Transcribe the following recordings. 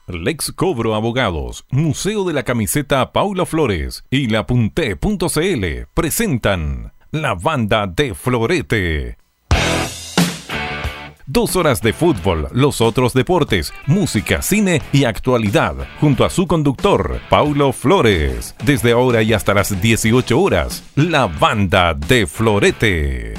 Lex Cobro Abogados, Museo de la Camiseta Paulo Flores y Lapunté.cl presentan La Banda de Florete. 2 horas de fútbol, los otros deportes, música, cine y actualidad, junto a su conductor, Paulo Flores. Desde ahora y hasta las 18 horas, La Banda de Florete.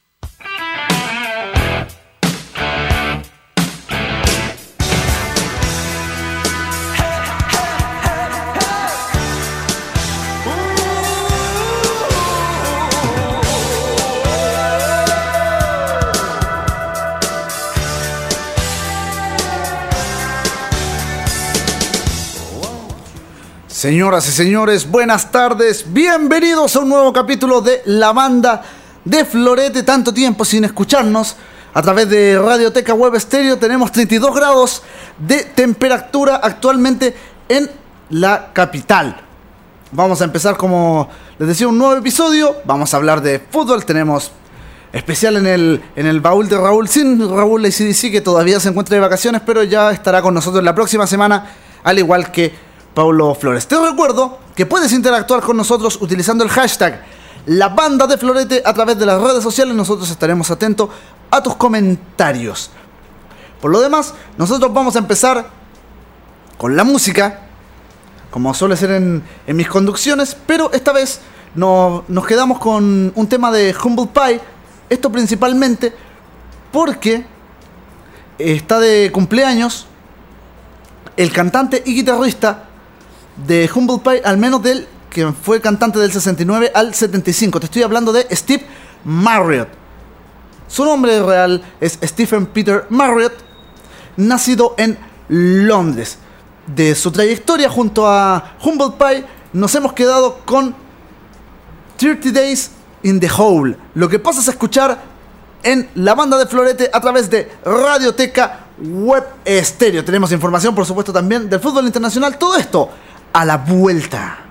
Señoras y señores, buenas tardes, bienvenidos a un nuevo capítulo de La Banda de Florete. Tanto tiempo sin escucharnos a través de Radioteca Web Estéreo. Tenemos 32 grados de temperatura actualmente en la capital. Vamos a empezar, como les decía, un nuevo episodio. Vamos a hablar de fútbol. Tenemos especial en el baúl de Raúl, sin Raúl ACDC, que todavía se encuentra de vacaciones, pero ya estará con nosotros la próxima semana, al igual que Paulo Flores. Te recuerdo que puedes interactuar con nosotros utilizando el hashtag La Banda de Florete a través de las redes sociales. Nosotros estaremos atentos a tus comentarios. Por lo demás, nosotros vamos a empezar con la música, como suele ser en mis conducciones, pero esta vez nos quedamos con un tema de Humble Pie. Esto principalmente porque está de cumpleaños el cantante y guitarrista de Humble Pie, al menos del que fue cantante del 69 al 75. Te estoy hablando de Steve Marriott. Su nombre real es Stephen Peter Marriott, nacido en Londres. De su trayectoria junto a Humble Pie nos hemos quedado con 30 Days in the Hole. Lo que pasas a escuchar en La Banda de Florete a través de Radioteca Web Estéreo. Tenemos información, por supuesto, también del fútbol internacional. Todo esto a la vuelta.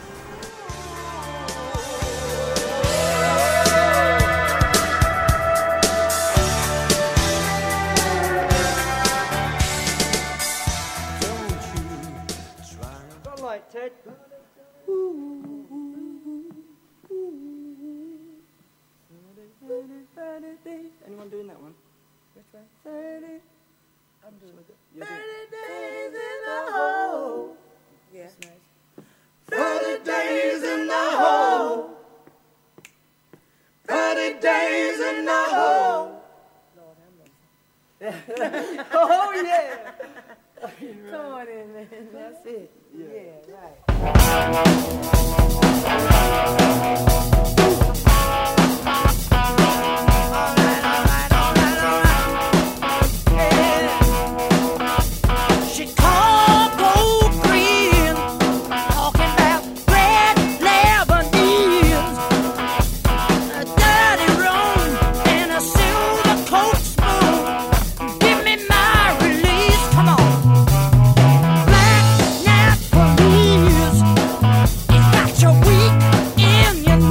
Anyone doing that one? Which way? 30. I'm doing it. 30 days in the hole. Yeah. Nice. 30 days in the hole. 30 days in the hole. Lord have mercy. Oh, yeah. Come on in, man. That's it. Yeah, right. Your week in your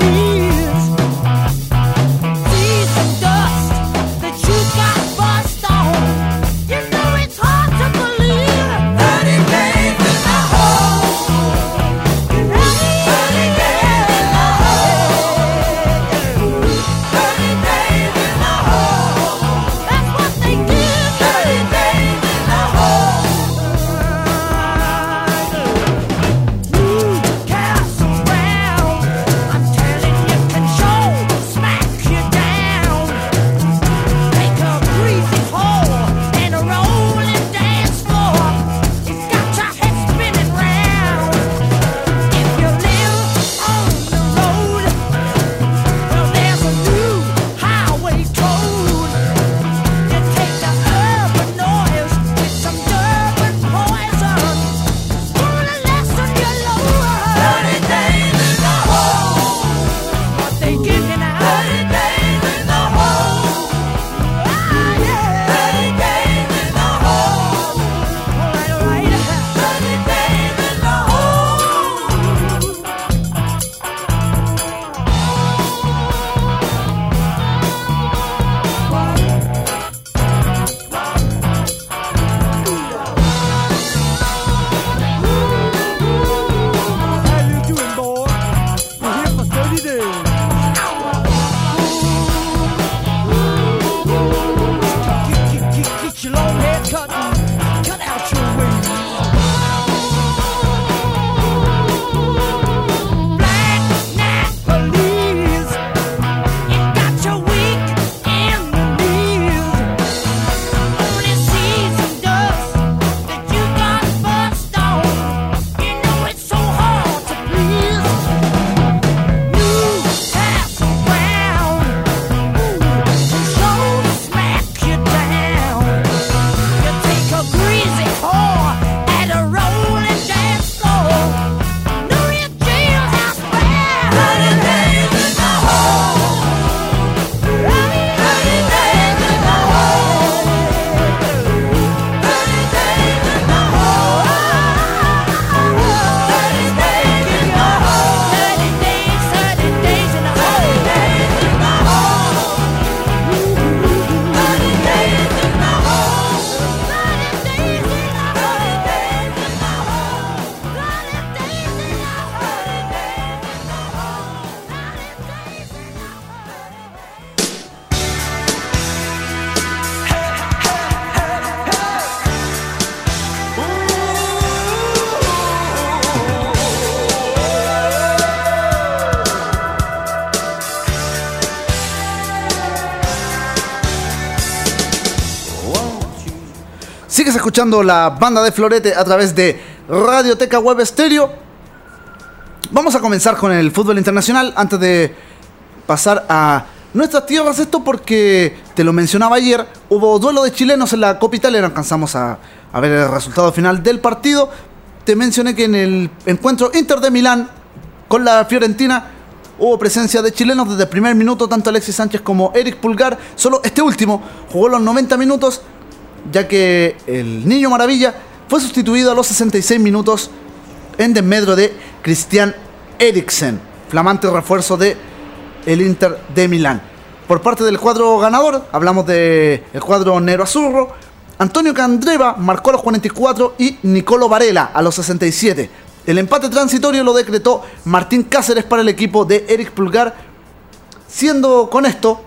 Sigues escuchando la banda de Florete a través de Radioteca Web Stereo. Vamos a comenzar con el fútbol internacional antes de pasar a nuestras tierras. Esto porque, te lo mencionaba ayer, hubo duelo de chilenos en la Copa Italia. No alcanzamos a ver el resultado final del partido. Te mencioné que en el encuentro Inter de Milán con la Fiorentina hubo presencia de chilenos desde el primer minuto. Tanto Alexis Sánchez como Eric Pulgar. Solo este último jugó los 90 minutos, ya que el Niño Maravilla fue sustituido a los 66 minutos en desmedro de Christian Eriksen, flamante refuerzo de el Inter de Milán. Por parte del cuadro ganador, hablamos del cuadro nero-azurro. Antonio Candreva marcó a los 44 y Nicolo Varela a los 67. El empate transitorio lo decretó Martín Cáceres para el equipo de Eric Pulgar, siendo con esto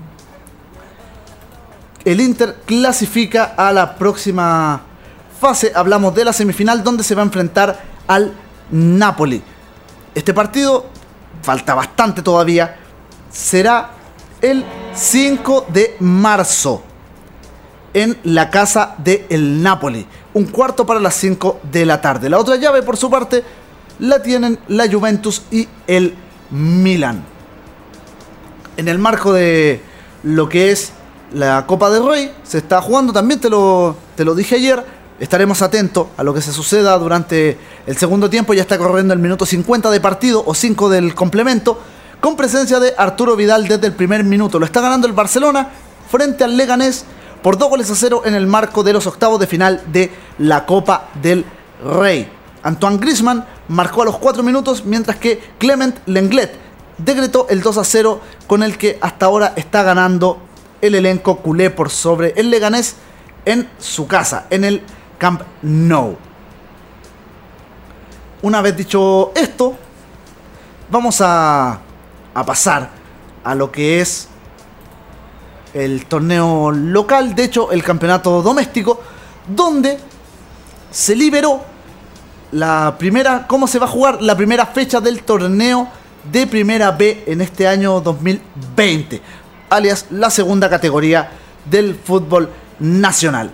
el Inter clasifica a la próxima fase. Hablamos de la semifinal donde se va a enfrentar al Napoli. Este partido, falta bastante todavía, será el 5 de marzo en la casa del Napoli. Un cuarto para las 5 de la tarde. La otra llave, por su parte, la tienen la Juventus y el Milan. En el marco de lo que es la Copa del Rey, se está jugando, también te lo dije ayer, estaremos atentos a lo que se suceda durante el segundo tiempo. Ya está corriendo el minuto 50 de partido o 5 del complemento, con presencia de Arturo Vidal desde el primer minuto. Lo está ganando el Barcelona frente al Leganés por 2-0 en el marco de los octavos de final de la Copa del Rey. Antoine Griezmann marcó a los 4 minutos, mientras que Clement Lenglet decretó el 2-0 con el que hasta ahora está ganando el elenco culé por sobre el Leganés en su casa, en el Camp Nou. Una vez dicho esto, vamos a pasar a lo que es el torneo local, de hecho el campeonato doméstico, donde se liberó la primera, cómo se va a jugar la primera fecha del torneo de Primera B en este año 2020, alias la segunda categoría del fútbol nacional.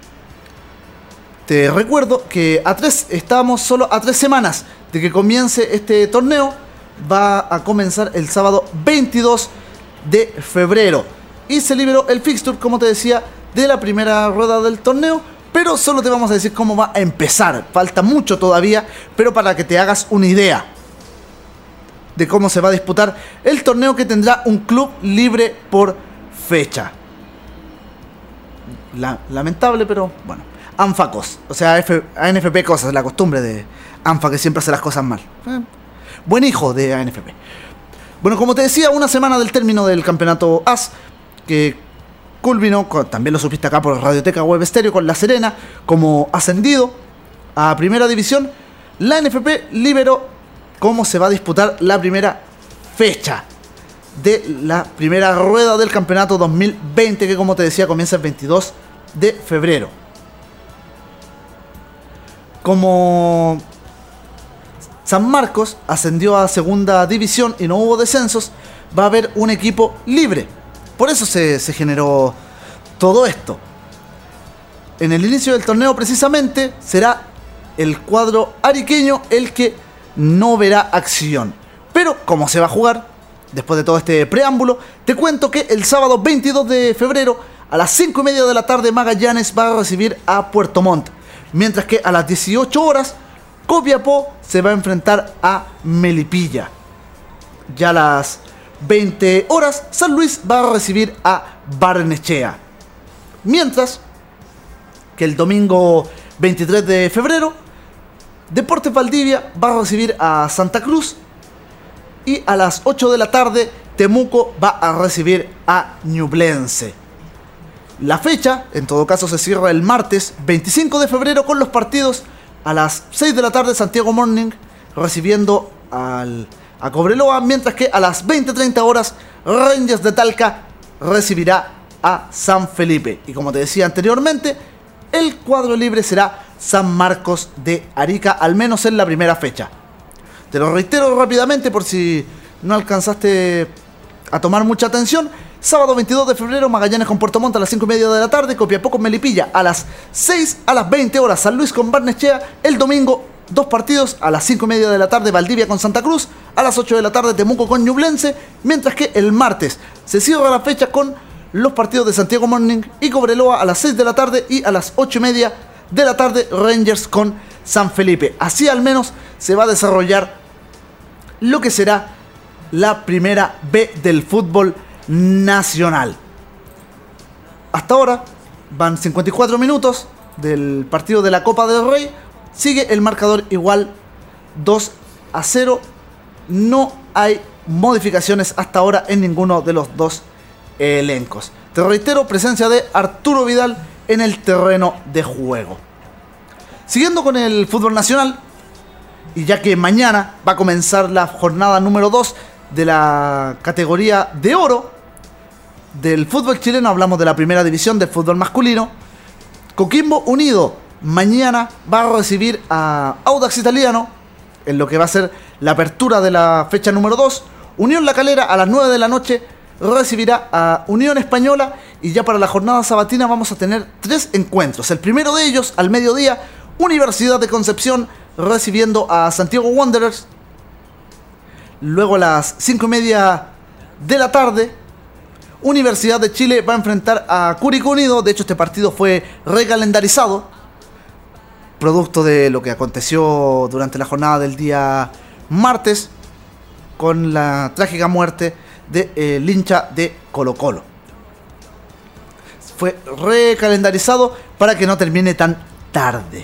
Te recuerdo que estamos solo a 3 semanas de que comience este torneo. Va a comenzar el sábado 22 de febrero. Y se liberó el fixture, como te decía, de la primera rueda del torneo. Pero solo te vamos a decir cómo va a empezar. Falta mucho todavía, pero para que te hagas una idea de cómo se va a disputar el torneo, que tendrá un club libre por fecha. Lamentable, pero bueno. ANFA-COS, o sea, ANFP cosas, la costumbre de ANFA, que siempre hace las cosas mal. Buen hijo de ANFP. Bueno, como te decía, una semana del término del campeonato AS, que culminó, también lo supiste acá por Radioteca Web Stereo, con La Serena como ascendido a primera división. La NFP liberó cómo se va a disputar la primera fecha de la primera rueda del campeonato 2020, que, como te decía, comienza el 22 de febrero. Como San Marcos ascendió a segunda división y no hubo descensos, va a haber un equipo libre. Por eso se generó todo esto. En el inicio del torneo, precisamente, será el cuadro ariqueño el que no verá acción. Pero, ¿cómo se va a jugar? Después de todo este preámbulo, te cuento que el sábado 22 de febrero, a las 5:30 de la tarde, Magallanes va a recibir a Puerto Montt. Mientras que a las 18 horas, Copiapó se va a enfrentar a Melipilla. Ya a las 20 horas, San Luis va a recibir a Barnechea. Mientras que el domingo 23 de febrero, Deportes Valdivia va a recibir a Santa Cruz. Y a las 8 de la tarde, Temuco va a recibir a Ñublense. La fecha, en todo caso, se cierra el martes 25 de febrero con los partidos a las 6 de la tarde, Santiago Morning recibiendo a Cobreloa, mientras que a las 20:30 horas, Rangers de Talca recibirá a San Felipe. Y como te decía anteriormente, el cuadro libre será San Marcos de Arica, al menos en la primera fecha. Te lo reitero rápidamente por si no alcanzaste a tomar mucha atención. Sábado 22 de febrero, Magallanes con Puerto Montt a las 5:30 de la tarde. Copiapó con Melipilla a las 6 a las 20 horas. San Luis con Barnechea. El domingo, 2 partidos a las 5:30 de la tarde. Valdivia con Santa Cruz. A las 8 de la tarde, Temuco con Ñublense. Mientras que el martes se cierra la fecha con los partidos de Santiago Morning y Cobreloa a las 6 de la tarde. Y a las 8:30 de la tarde, Rangers con San Felipe. Así al menos se va a desarrollar lo que será la primera B del fútbol nacional. Hasta ahora van 54 minutos del partido de la Copa del Rey. Sigue el marcador igual, 2-0. No hay modificaciones hasta ahora en ninguno de los dos elencos. Te reitero, presencia de Arturo Vidal en el terreno de juego. Siguiendo con el fútbol nacional, y ya que mañana va a comenzar la jornada número 2 de la categoría de oro del fútbol chileno, hablamos de la primera división del fútbol masculino. Coquimbo Unido mañana va a recibir a Audax Italiano en lo que va a ser la apertura de la fecha número 2. Unión La Calera a las 9 de la noche recibirá a Unión Española, y ya para la jornada sabatina vamos a tener 3 encuentros. El primero de ellos al mediodía, Universidad de Concepción recibiendo a Santiago Wanderers. Luego a las 5:30 de la tarde, Universidad de Chile va a enfrentar a Curicó Unido. De hecho, este partido fue recalendarizado, producto de lo que aconteció durante la jornada del día martes, con la trágica muerte del hincha de Colo-Colo. Fue recalendarizado para que no termine tan tarde.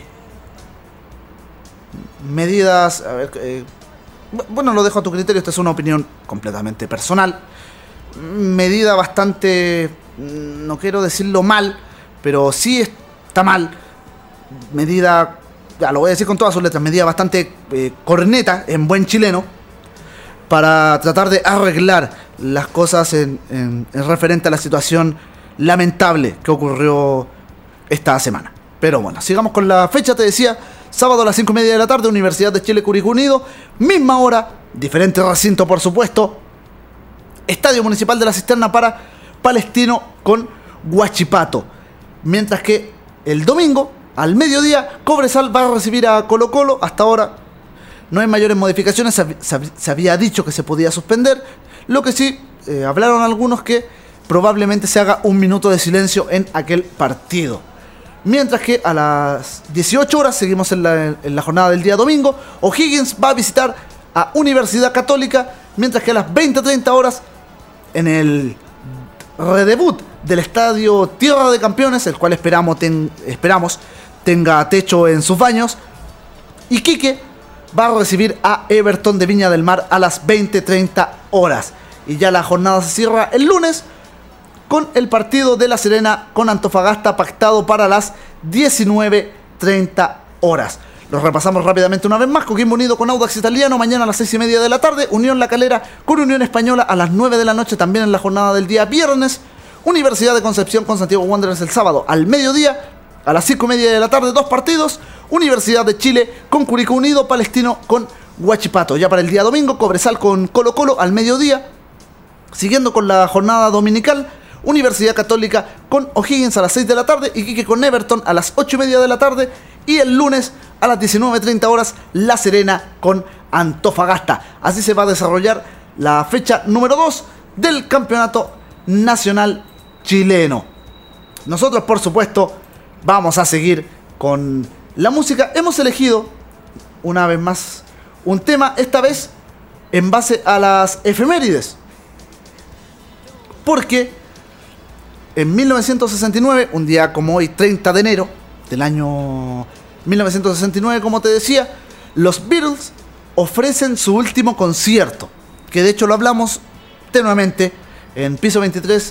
Medidas... bueno, lo dejo a tu criterio, esta es una opinión completamente personal. Medida bastante... no quiero decirlo mal, pero sí está mal. Medida... ya lo voy a decir con todas sus letras. Medida bastante corneta, en buen chileno, para tratar de arreglar las cosas en referente a la situación lamentable que ocurrió esta semana. Pero bueno, sigamos con la fecha. Te decía, sábado a las 5:30 de la tarde, Universidad de Chile, Curicó Unido. Misma hora, diferente recinto por supuesto. Estadio Municipal de la Cisterna para Palestino con Huachipato. Mientras que el domingo, al mediodía, Cobresal va a recibir a Colo-Colo. Hasta ahora no hay mayores modificaciones. Se había dicho que se podía suspender. Lo que sí, hablaron algunos que probablemente se haga un minuto de silencio en aquel partido. Mientras que a las 18 horas, seguimos en la jornada del día domingo, O'Higgins va a visitar a Universidad Católica. Mientras que a las 20:30 horas, en el redebut del Estadio Tierra de Campeones, el cual esperamos tenga techo en sus baños, Iquique va a recibir a Everton de Viña del Mar a las 20:30 horas. Y ya la jornada se cierra el lunes con el partido de La Serena con Antofagasta pactado para las 19:30 horas. Los repasamos rápidamente una vez más. Coquimbo Unido con Audax Italiano mañana a las 6:30 de la tarde. Unión La Calera con Unión Española a las 9 de la noche, también en la jornada del día viernes. Universidad de Concepción con Santiago Wanderers el sábado al mediodía. A las 5:30 de la tarde, 2 partidos. Universidad de Chile con Curicó Unido, Palestino con Huachipato. Ya para el día domingo, Cobresal con Colo-Colo al mediodía. Siguiendo con la jornada dominical, Universidad Católica con O'Higgins a las 6 de la tarde, Iquique con Everton a las 8:30 de la tarde, y el lunes a las 19:30 horas, La Serena con Antofagasta. Así se va a desarrollar la fecha número 2 del Campeonato Nacional Chileno. Nosotros, por supuesto, vamos a seguir con la música. Hemos elegido, una vez más, un tema, esta vez en base a las efemérides. Porque en 1969, un día como hoy, 30 de enero del año 1969, como te decía, los Beatles ofrecen su último concierto, que de hecho lo hablamos tenuamente en piso 23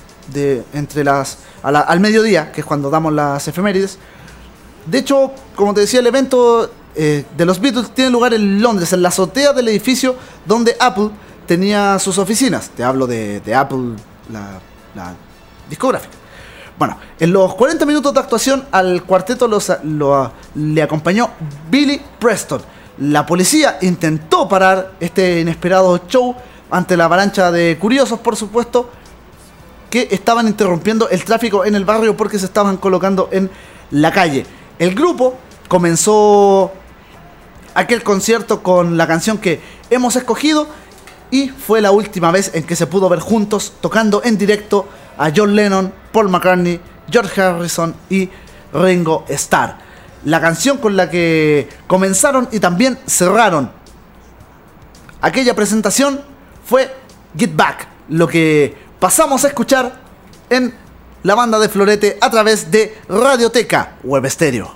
al mediodía, que es cuando damos las efemérides. De hecho, como te decía, el evento de los Beatles tiene lugar en Londres, en la azotea del edificio donde Apple tenía sus oficinas. Te hablo de Apple, la discográfica. Bueno, en los 40 minutos de actuación al cuarteto le acompañó Billy Preston. La policía intentó parar este inesperado show ante la avalancha de curiosos, por supuesto, que estaban interrumpiendo el tráfico en el barrio porque se estaban colocando en la calle. El grupo comenzó aquel concierto con la canción que hemos escogido y fue la última vez en que se pudo ver juntos tocando en directo a John Lennon, Paul McCartney, George Harrison y Ringo Starr. La canción con la que comenzaron y también cerraron aquella presentación fue Get Back, lo que pasamos a escuchar en la banda de Florete a través de Radioteca Web Stereo.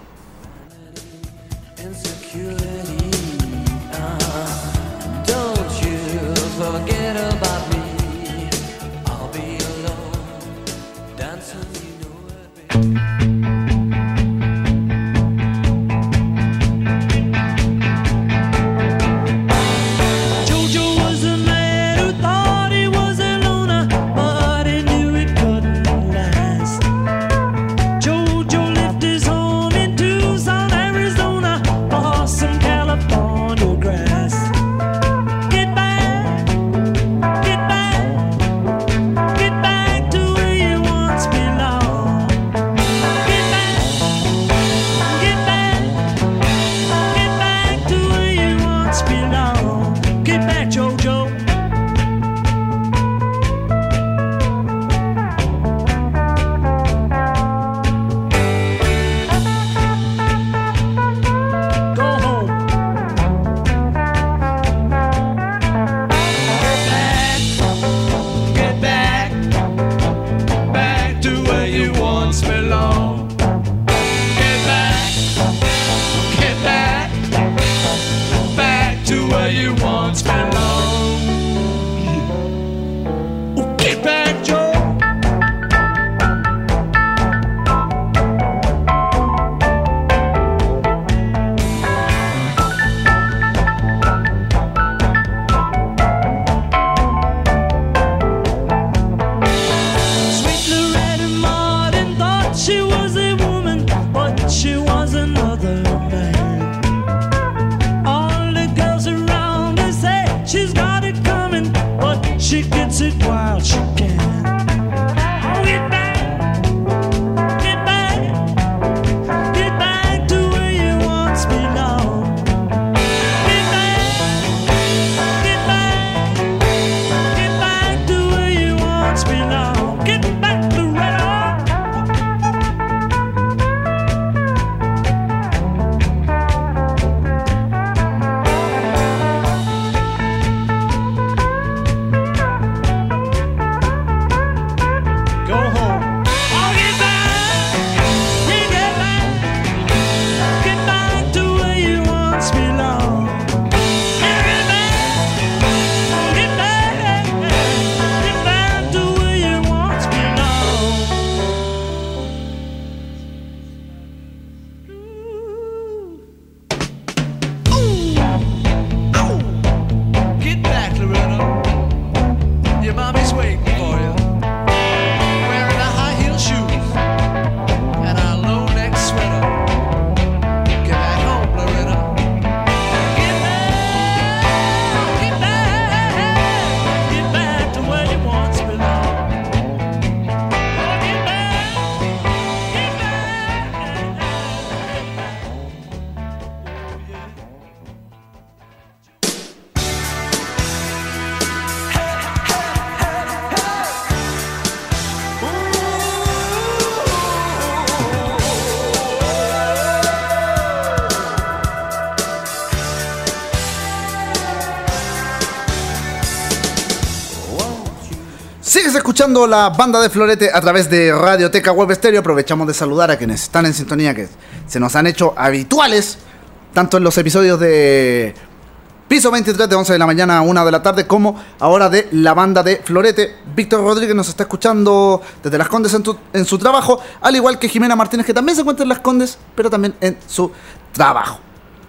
Sigues escuchando la banda de Florete a través de Radioteca Web Stereo. Aprovechamos de saludar a quienes están en sintonía, que se nos han hecho habituales, tanto en los episodios de Piso 23 de 11 de la mañana a 1 de la tarde, como ahora de la banda de Florete. Víctor Rodríguez nos está escuchando desde Las Condes en su trabajo, al igual que Jimena Martínez, que también se encuentra en Las Condes, pero también en su trabajo.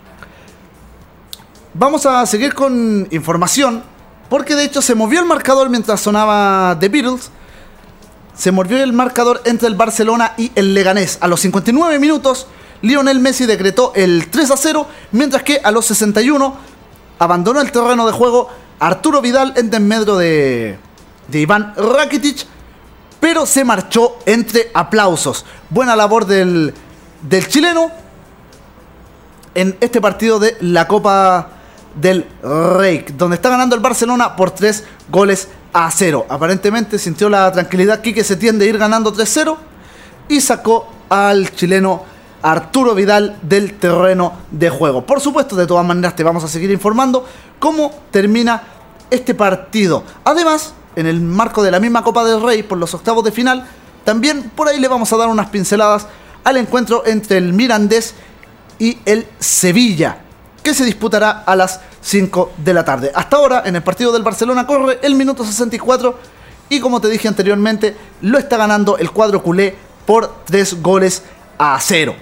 Vamos a seguir con información, porque de hecho se movió el marcador mientras sonaba The Beatles. Se movió el marcador entre el Barcelona y el Leganés. A los 59 minutos, Lionel Messi decretó el 3-0, mientras que a los 61 abandonó el terreno de juego Arturo Vidal en desmedro de Iván Rakitic pero se marchó entre aplausos. Buena labor del chileno en este partido de la Copa del Rey, donde está ganando el Barcelona por 3-0. Aparentemente sintió la tranquilidad Quique Setién de ir ganando 3-0 y sacó al chileno Arturo Vidal del terreno de juego. Por supuesto, de todas maneras te vamos a seguir informando cómo termina este partido. Además, en el marco de la misma Copa del Rey por los octavos de final, también por ahí le vamos a dar unas pinceladas al encuentro entre el Mirandés y el Sevilla, que se disputará a las 5 de la tarde. Hasta ahora, en el partido del Barcelona corre el minuto 64 y, como te dije anteriormente, lo está ganando el cuadro culé por 3-0.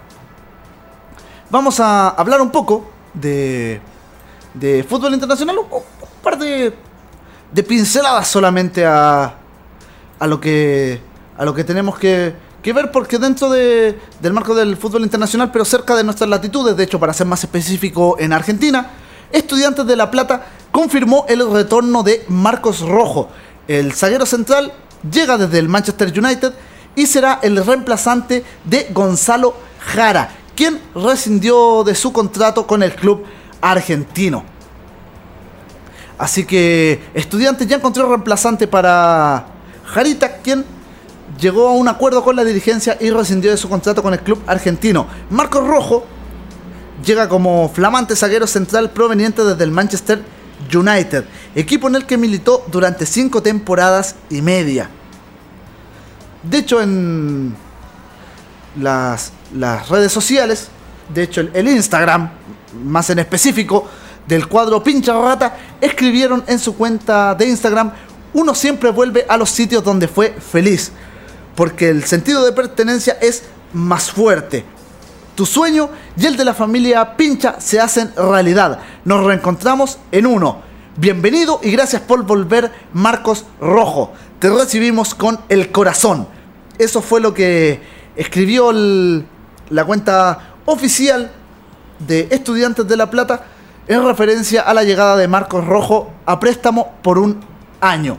Vamos a hablar un poco de fútbol internacional, un par de pinceladas solamente a lo que tenemos que ver, porque dentro del marco del fútbol internacional, pero cerca de nuestras latitudes, de hecho para ser más específico en Argentina, Estudiantes de La Plata confirmó el retorno de Marcos Rojo. El zaguero central llega desde el Manchester United y será el reemplazante de Gonzalo Jara, quien rescindió de su contrato con el club argentino. Así que Estudiantes ya encontró reemplazante para Jarita, quien llegó a un acuerdo con la dirigencia y rescindió de su contrato con el club argentino. Marcos Rojo llega como flamante zaguero central proveniente desde el Manchester United, equipo en el que militó durante 5 temporadas y media. De hecho, en las redes sociales, de hecho el Instagram, más en específico, del cuadro Pincha Rata, escribieron en su cuenta de Instagram: uno siempre vuelve a los sitios donde fue feliz, porque el sentido de pertenencia es más fuerte. Tu sueño y el de la familia Pincha se hacen realidad. Nos reencontramos en uno. Bienvenido y gracias por volver, Marcos Rojo. Te recibimos con el corazón. Eso fue lo que escribió la cuenta oficial de Estudiantes de La Plata en referencia a la llegada de Marcos Rojo a préstamo por 1 año.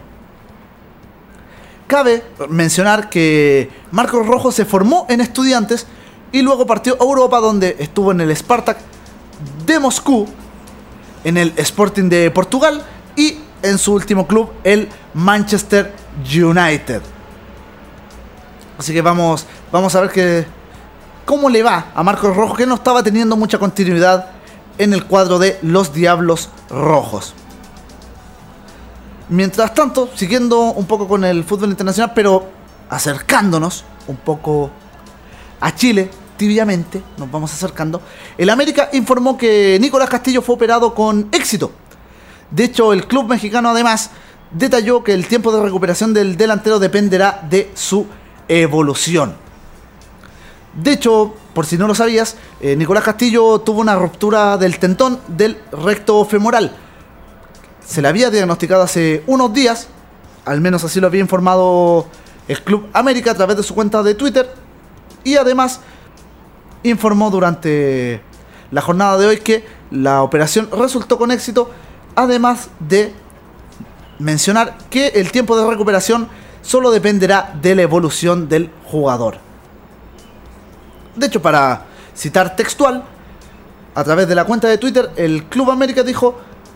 Cabe mencionar que Marcos Rojo se formó en Estudiantes y luego partió a Europa, donde estuvo en el Spartak de Moscú, en el Sporting de Portugal y en su último club, el Manchester United. Así que vamos a ver cómo le va a Marcos Rojo, que no estaba teniendo mucha continuidad en el cuadro de los Diablos Rojos. Mientras tanto, siguiendo un poco con el fútbol internacional, pero acercándonos un poco a Chile, tibiamente nos vamos acercando, el América informó que Nicolás Castillo fue operado con éxito. De hecho, el club mexicano además detalló que el tiempo de recuperación del delantero dependerá de su evolución. De hecho, por si no lo sabías, Nicolás Castillo tuvo una ruptura del tendón del recto femoral. Se le había diagnosticado hace unos días, al menos así lo había informado el Club América a través de su cuenta de Twitter, y además informó durante la jornada de hoy que la operación resultó con éxito, además de mencionar que el tiempo de recuperación solo dependerá de la evolución del jugador. De hecho, para citar textual, a través de la cuenta de Twitter, el Club América dijo: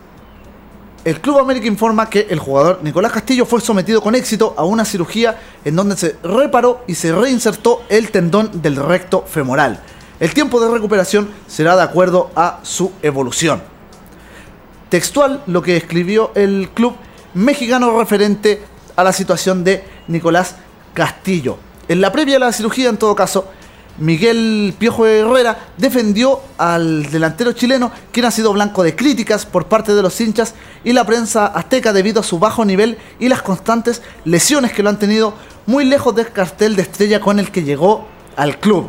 el Club América informa que el jugador Nicolás Castillo fue sometido con éxito a una cirugía en donde se reparó y se reinsertó el tendón del recto femoral. El tiempo de recuperación será de acuerdo a su evolución. Textual lo que escribió el club mexicano referente a la situación de Nicolás Castillo. En la previa a la cirugía, en todo caso, Miguel Piojo Herrera defendió al delantero chileno, quien ha sido blanco de críticas por parte de los hinchas y la prensa azteca debido a su bajo nivel y las constantes lesiones que lo han tenido muy lejos del cartel de estrella con el que llegó al club.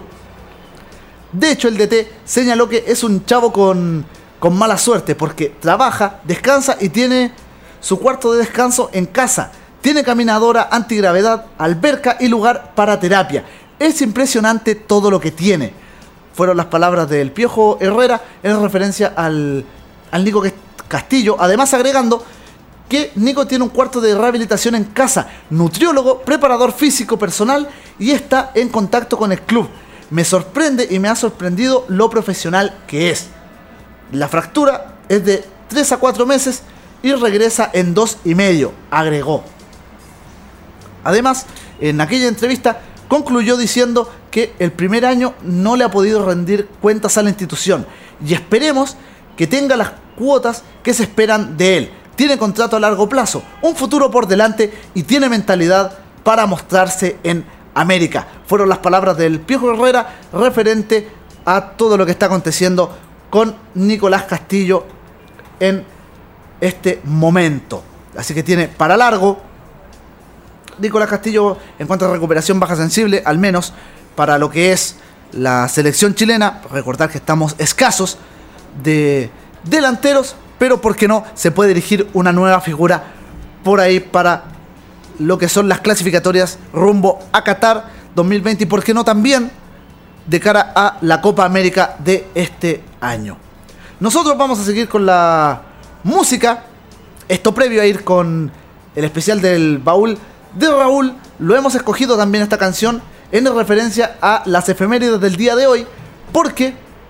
De hecho, el DT señaló que es un chavo con mala suerte porque trabaja, descansa y tiene su cuarto de descanso en casa. Tiene caminadora, antigravedad, alberca y lugar para terapia. Es impresionante todo lo que tiene. Fueron las palabras del Piojo Herrera en referencia al Nico Castillo. Además, agregando que Nico tiene un cuarto de rehabilitación en casa, nutriólogo, preparador físico personal y está en contacto con el club. Me sorprende y me ha sorprendido lo profesional que es. La fractura es de 3 a 4 meses y regresa en 2,5, agregó. Además, en aquella entrevista concluyó diciendo que el primer año no le ha podido rendir cuentas a la institución y esperemos que tenga las cuotas que se esperan de él. Tiene contrato a largo plazo, un futuro por delante y tiene mentalidad para mostrarse en América. Fueron las palabras del Piojo Herrera referente a todo lo que está aconteciendo con Nicolás Castillo en este momento. Así que tiene para largo Nicolás Castillo en cuanto a recuperación baja sensible, al menos para lo que es la selección chilena. Recordar que estamos escasos de delanteros, pero por qué no, se puede elegir una nueva figura por ahí para lo que son las clasificatorias rumbo a Qatar 2020 y por qué no también de cara a la Copa América de este año. Nosotros vamos a seguir con la música, esto previo a ir con el especial del baúl de Raúl. Lo hemos escogido también esta canción en referencia a las efemérides del día de hoy, porque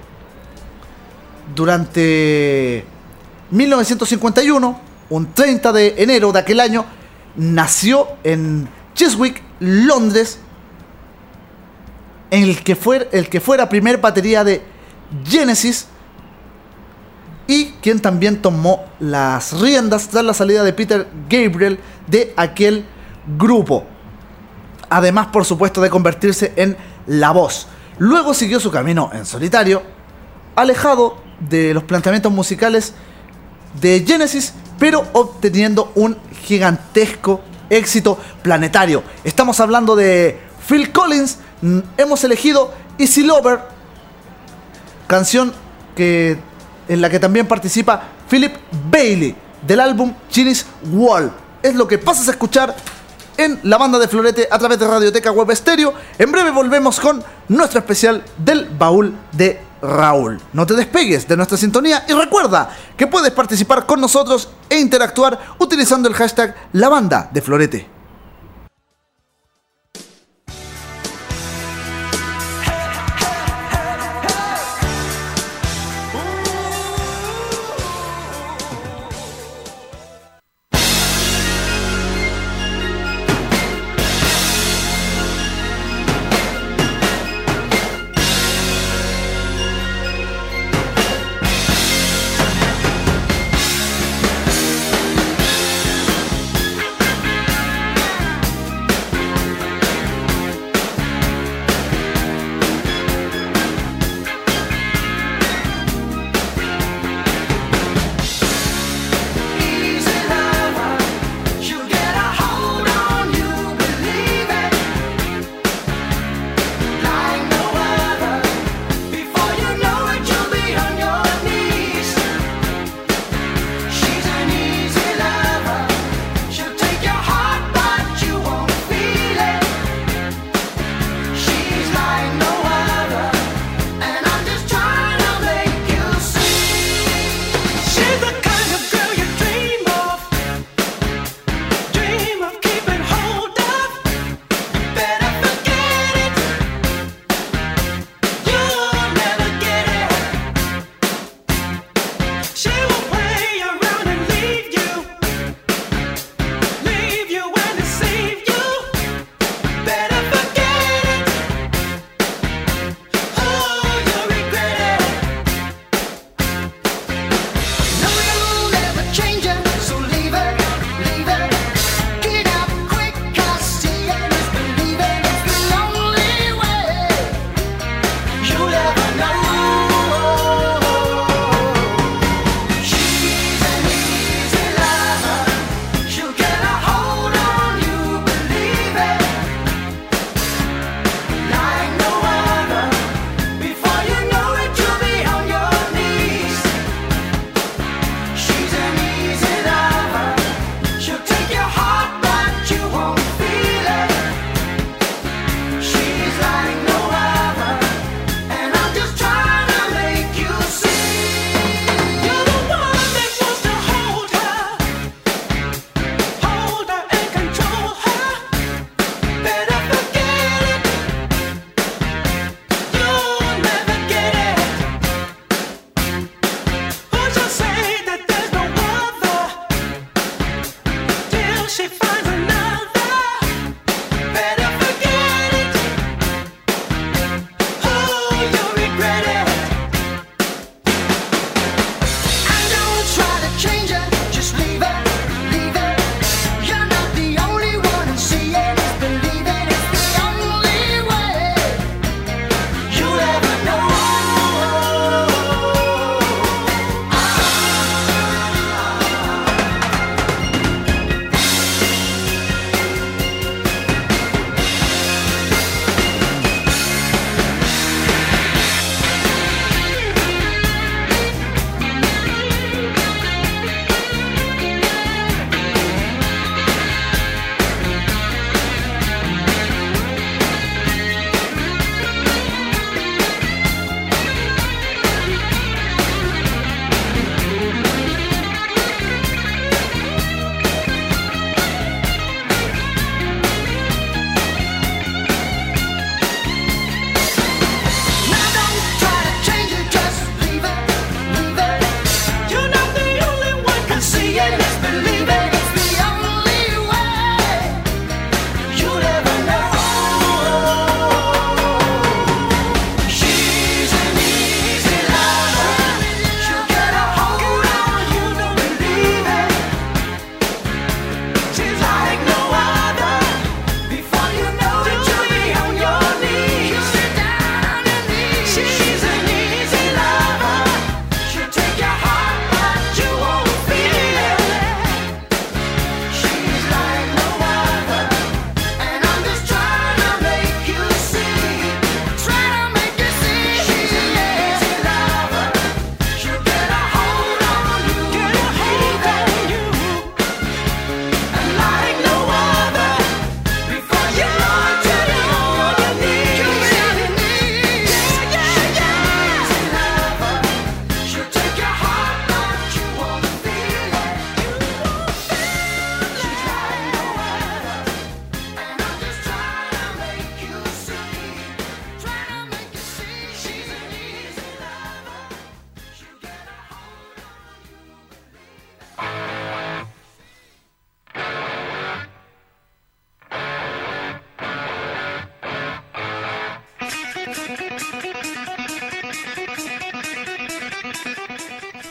durante 1951, un 30 de enero de aquel año, nació en Chiswick, Londres, el que fuera primer batería de Genesis y quien también tomó las riendas tras la salida de Peter Gabriel de aquel grupo. Además, por supuesto, de convertirse en la voz. Luego siguió su camino en solitario, alejado de los planteamientos musicales de Genesis, pero obteniendo un gigantesco éxito planetario. Estamos hablando de Phil Collins. Hemos elegido Easy Lover, canción en la que también participa Philip Bailey, del álbum Chinese Wall. Es lo que pasas a escuchar en la banda de Florete a través de Radioteca Web Estéreo. En breve volvemos con nuestro especial del baúl de Raúl. No te despegues de nuestra sintonía y recuerda que puedes participar con nosotros e interactuar utilizando el hashtag La Banda de Florete.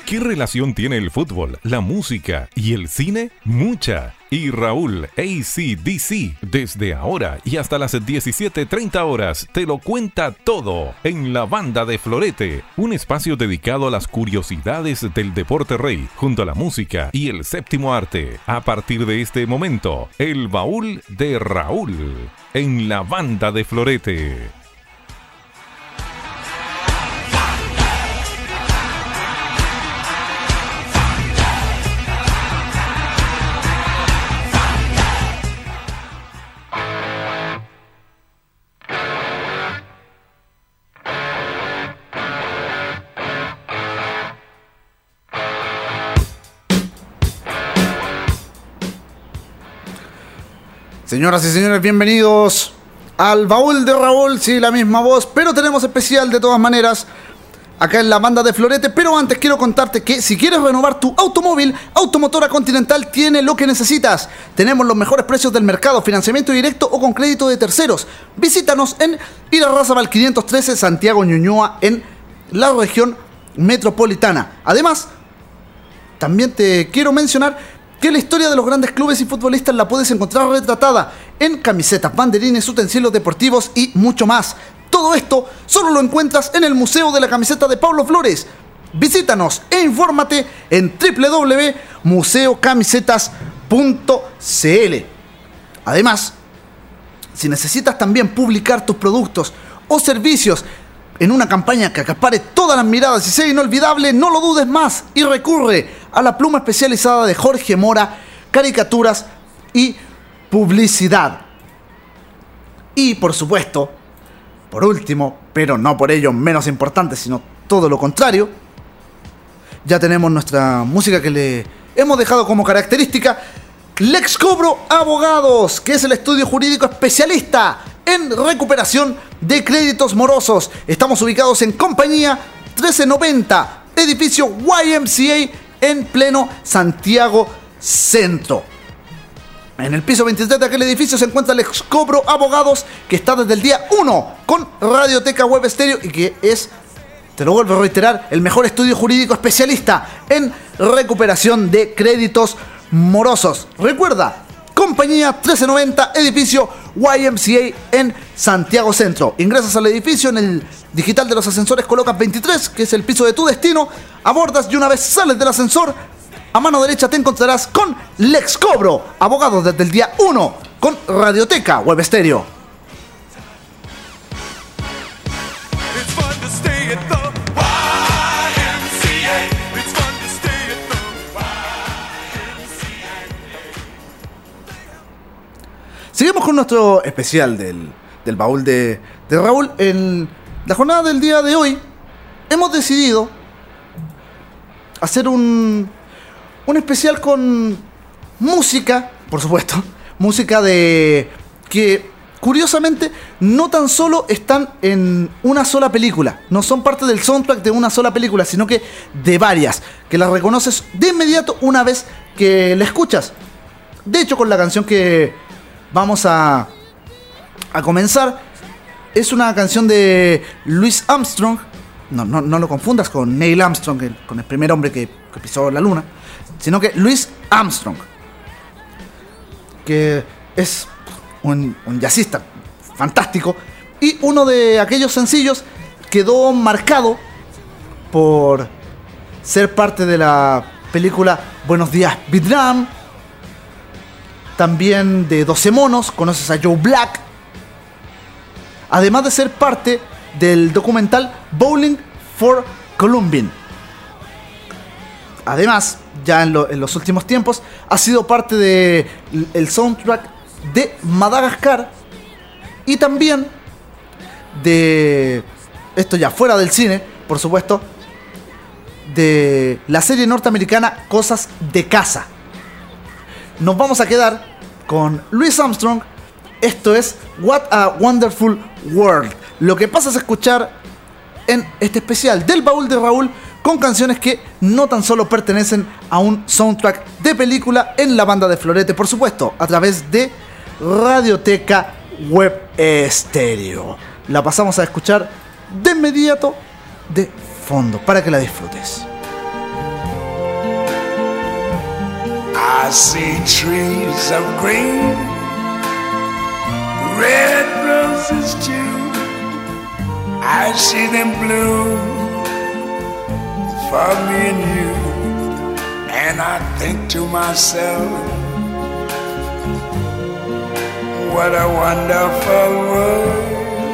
¿Qué relación tiene el fútbol, la música y el cine? Mucha. Y Raúl AC/DC, desde ahora y hasta las 17:30 horas, te lo cuenta todo en La Banda de Florete, un espacio dedicado a las curiosidades del deporte rey, junto a la música y el séptimo arte. A partir de este momento, el baúl de Raúl en La Banda de Florete. Señoras y señores, bienvenidos al baúl de Raúl. Sí, la misma voz, pero tenemos especial de todas maneras acá en La Banda de Florete. Pero antes quiero contarte que si quieres renovar tu automóvil, Automotora Continental tiene lo que necesitas. Tenemos los mejores precios del mercado, financiamiento directo o con crédito de terceros. Visítanos en Irarrázaval 513, Santiago Ñuñoa, en la región metropolitana. Además, también te quiero mencionar que la historia de los grandes clubes y futbolistas la puedes encontrar retratada en camisetas, banderines, utensilios deportivos y mucho más. Todo esto solo lo encuentras en el Museo de la Camiseta de Paulo Flores. Visítanos e infórmate en www.museocamisetas.cl. Además, si necesitas también publicar tus productos o servicios en una campaña que acapare todas las miradas y sea inolvidable, no lo dudes más y recurre a la pluma especializada de Jorge Mora, caricaturas y publicidad. Y por supuesto, por último, pero no por ello menos importante, sino todo lo contrario, ya tenemos nuestra música que le hemos dejado como característica, Lex Cobro Abogados, que es el estudio jurídico especialista en recuperación de créditos morosos. Estamos ubicados en Compañía 1390, edificio YMCA, en pleno Santiago Centro. En el piso 23 de aquel edificio se encuentra Lex Cobro Abogados, que está desde el día 1 con Radioteca Web Stereo y que es, te lo vuelvo a reiterar, el mejor estudio jurídico especialista en recuperación de créditos morosos. Recuerda, Compañía 1390, edificio YMCA en Santiago Centro. Ingresas al edificio, en el digital de los ascensores colocas 23, que es el piso de tu destino, abordas y una vez sales del ascensor, a mano derecha te encontrarás con Lex Cobro Abogados desde el día 1 con Radioteca Web Stereo. Seguimos con nuestro especial del baúl de Raúl. En la jornada del día de hoy hemos decidido hacer un especial con música, por supuesto, música de que curiosamente no tan solo están en una sola película, no son parte del soundtrack de una sola película, sino que de varias, que las reconoces de inmediato una vez que la escuchas. De hecho, con la canción que vamos a comenzar, es una canción de Louis Armstrong. No lo confundas con Neil Armstrong, con el primer hombre que pisó la luna, sino que Louis Armstrong, que es un jazzista fantástico, y uno de aquellos sencillos quedó marcado por ser parte de la película Buenos Días Vietnam, también de 12 monos, conoces a Joe Black, además de ser parte del documental Bowling for Columbine. Además, ya en los últimos tiempos, ha sido parte del soundtrack de Madagascar y también de, esto ya fuera del cine, por supuesto, de la serie norteamericana Cosas de Casa. Nos vamos a quedar con Louis Armstrong. Esto es What a Wonderful World. Lo que pasas a escuchar en este especial del baúl de Raúl, con canciones que no tan solo pertenecen a un soundtrack de película en La Banda de Florete, por supuesto, a través de Radioteca Web Stereo. La pasamos a escuchar de inmediato, de fondo, para que la disfrutes. I see trees of green, red roses too. I see them bloom for me and you. And I think to myself, what a wonderful world.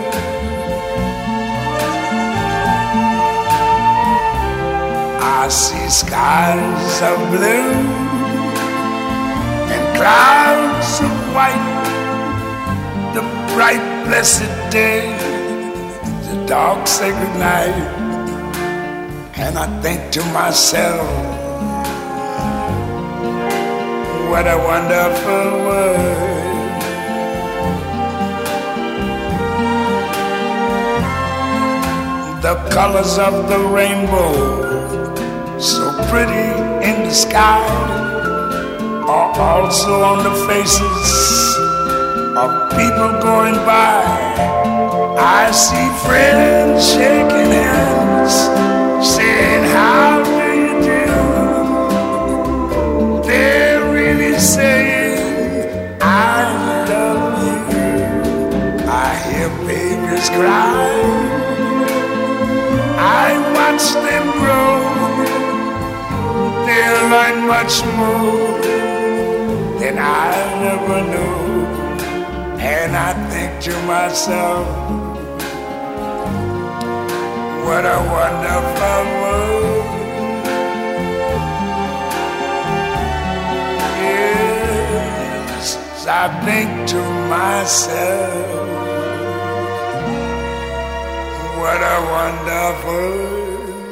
I see skies of blue and clouds of white, the bright blessed day, the dark sacred night. And I think to myself, what a wonderful world. The colors of the rainbow, so pretty in the sky, are also on the faces of people going by. I see friends shaking hands, saying, how do you do? They're really saying, I love you. I hear babies cry, I watch them grow. They'll learn much more than I never knew. And I think to myself, what a wonderful world. Yes, I think to myself, what a wonderful world.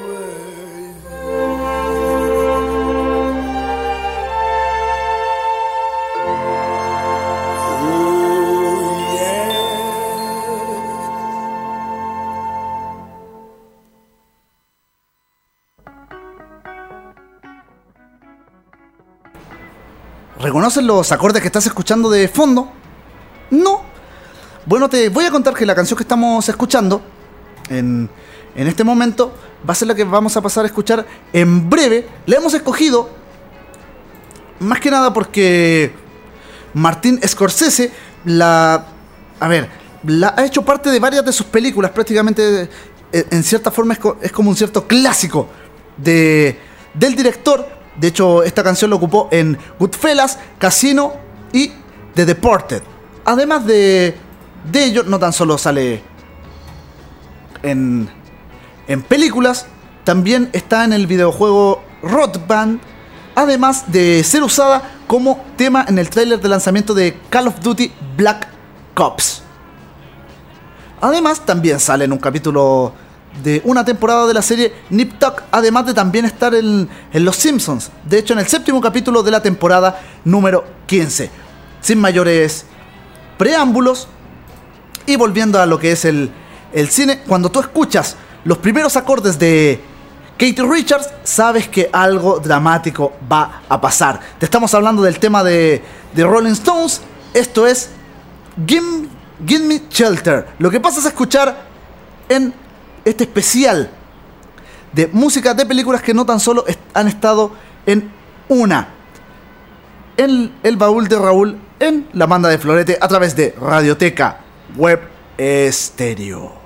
¿Reconocen los acordes que estás escuchando de fondo? No. Bueno, te voy a contar que la canción que estamos escuchando en este momento va a ser la que vamos a pasar a escuchar en breve. La hemos escogido más que nada porque Martin Scorsese ha hecho parte de varias de sus películas. Prácticamente, en cierta forma, es como un cierto clásico del director. De hecho, esta canción la ocupó en Goodfellas, Casino y The Departed. Además de ello, no tan solo sale en películas, también está en el videojuego Rock Band, además de ser usada como tema en el tráiler de lanzamiento de Call of Duty Black Ops. Además, también sale en un capítulo de una temporada de la serie Nip Tuck, además de también estar en Los Simpsons. De hecho, en el 7º capítulo de la temporada número 15. Sin mayores preámbulos y volviendo a lo que es el cine, cuando tú escuchas los primeros acordes de Katie Richards, sabes que algo dramático va a pasar. Te estamos hablando del tema de Rolling Stones. Esto es Give Me Shelter. Lo que pasas a escuchar en este especial de música de películas que no tan solo han estado en el baúl de Raúl, en la banda de Florete, a través de Radioteca Web Estéreo.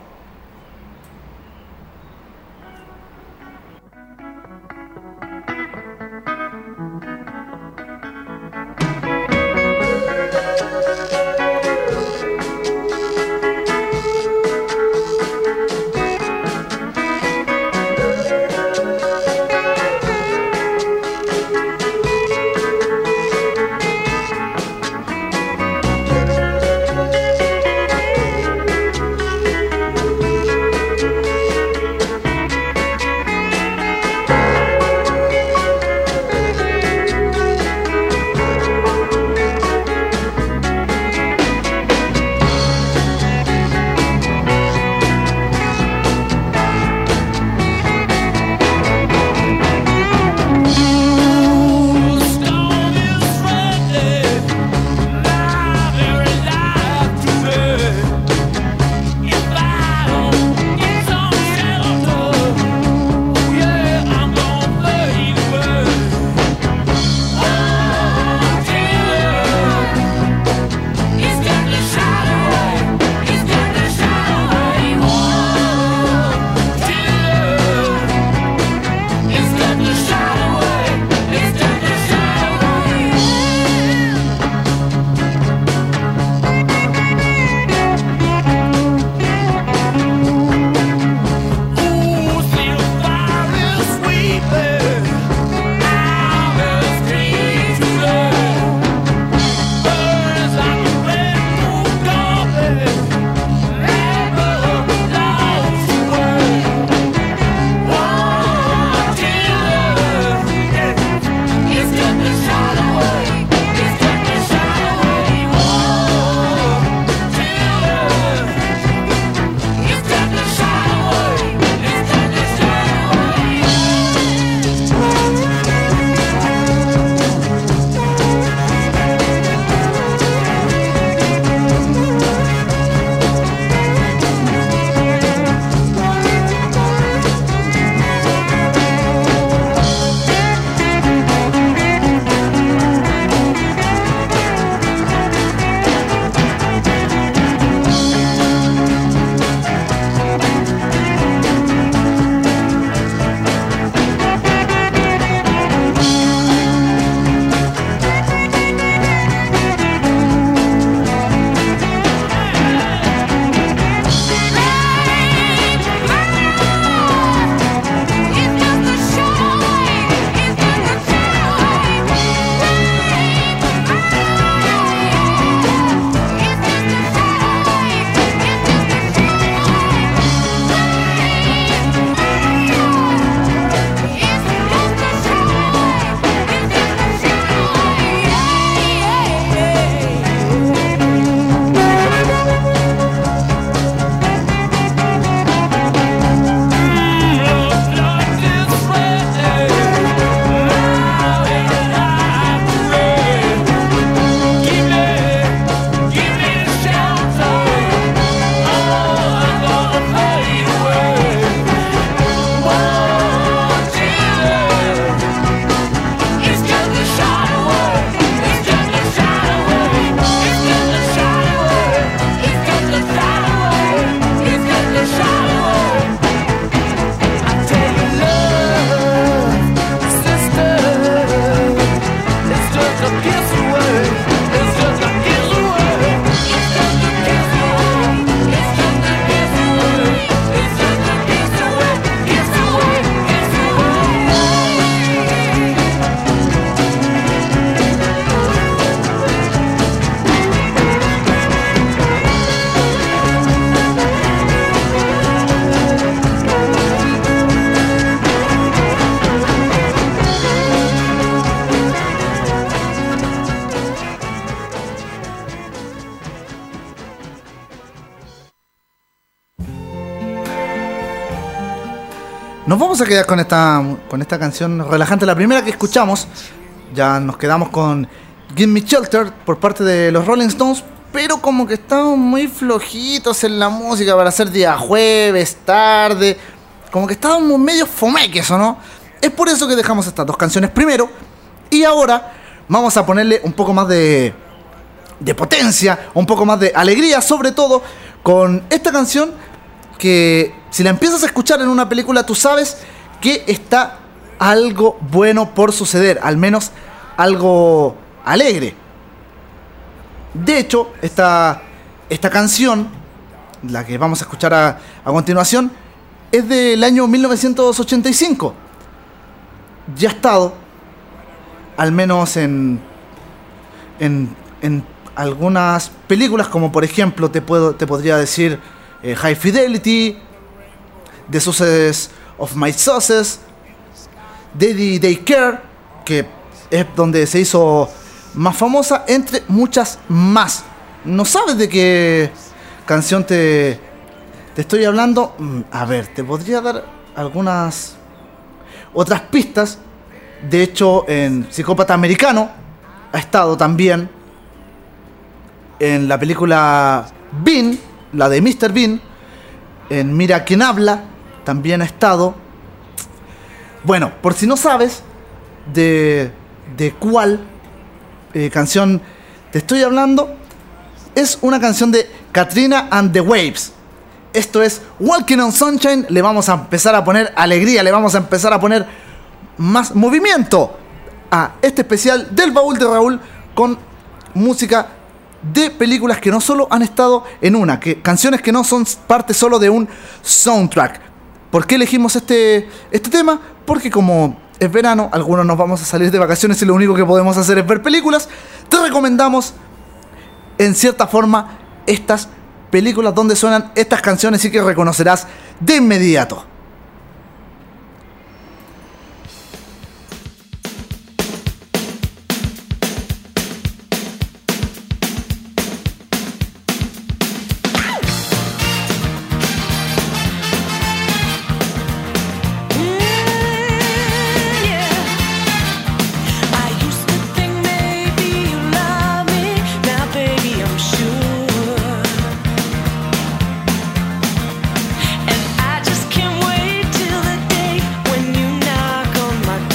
nos vamos a quedar con esta canción relajante, la primera que escuchamos. Ya nos quedamos con Give Me Shelter por parte de los Rolling Stones, pero como que estaban muy flojitos en la música para hacer día jueves, tarde. Como que estábamos medio fomeques, ¿o no? Es por eso que dejamos estas dos canciones primero. Y ahora vamos a ponerle un poco más de potencia, un poco más de alegría, sobre todo con esta canción que si la empiezas a escuchar en una película tú sabes que está algo bueno por suceder, al menos algo alegre. De hecho, esta canción, la que vamos a escuchar a continuación, es del año 1985. Ya ha estado, al menos en algunas películas, como por ejemplo te podría decir High Fidelity, The Success of My Sauces, Daddy Day Care, que es donde se hizo más famosa, entre muchas más. ¿No sabes de qué canción te estoy hablando? A ver, te podría dar algunas otras pistas. De hecho, en Psicópata Americano ha estado también. En la película Bean, la de Mr. Bean. En Mira quién habla también ha estado. Bueno, por si no sabes de cuál canción te estoy hablando, es una canción de Katrina and the Waves. Esto es Walking on Sunshine. Le vamos a empezar a poner alegría, le vamos a empezar a poner más movimiento a este especial del Baúl de Raúl, con música de películas que no solo han estado en canciones que no son parte solo de un soundtrack. ¿Por qué elegimos este tema? Porque como es verano, algunos nos vamos a salir de vacaciones y lo único que podemos hacer es ver películas. Te recomendamos en cierta forma estas películas donde suenan estas canciones y que reconocerás de inmediato. And I just can't wait till the day when you knock on my door.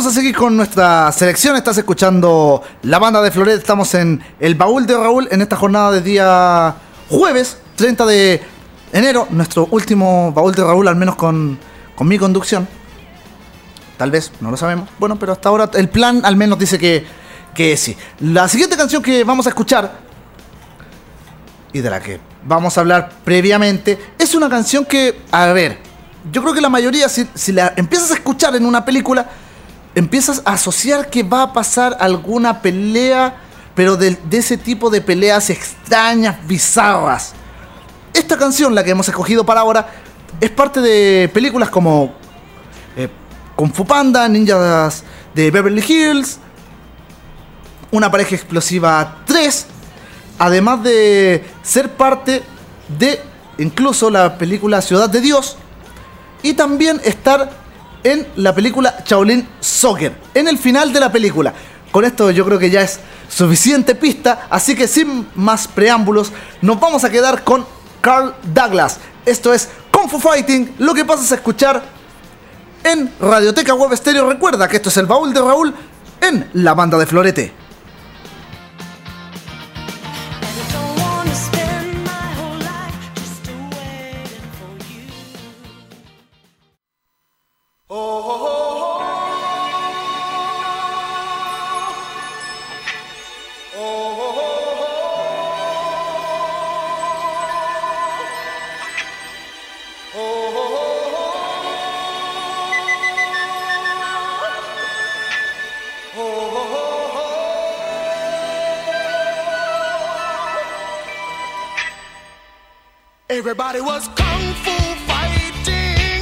vamos a seguir con nuestra selección. Estás escuchando la banda de Florete. Estamos en el baúl de Raúl en esta jornada de día jueves 30 de enero. Nuestro último baúl de Raúl, al menos con mi conducción. Tal vez, no lo sabemos. Bueno, pero hasta ahora el plan al menos dice que sí. La siguiente canción que vamos a escuchar y de la que vamos a hablar previamente es una canción que, a ver, yo creo que la mayoría, si la empiezas a escuchar en una película, empiezas a asociar que va a pasar alguna pelea, pero de ese tipo de peleas extrañas, bizarras. Esta canción, la que hemos escogido para ahora, es parte de películas como Kung Fu Panda, Ninjas de Beverly Hills, Una pareja explosiva 3, además de ser parte de incluso la película Ciudad de Dios, y también estar en la película Shaolin Soccer, en el final de la película. Con esto yo creo que ya es suficiente pista, así que sin más preámbulos, nos vamos a quedar con Carl Douglas. Esto es Kung Fu Fighting, lo que pasas a escuchar en Radioteca Web Stereo. Recuerda que esto es el baúl de Raúl en la banda de Florete. Everybody was kung fu fighting.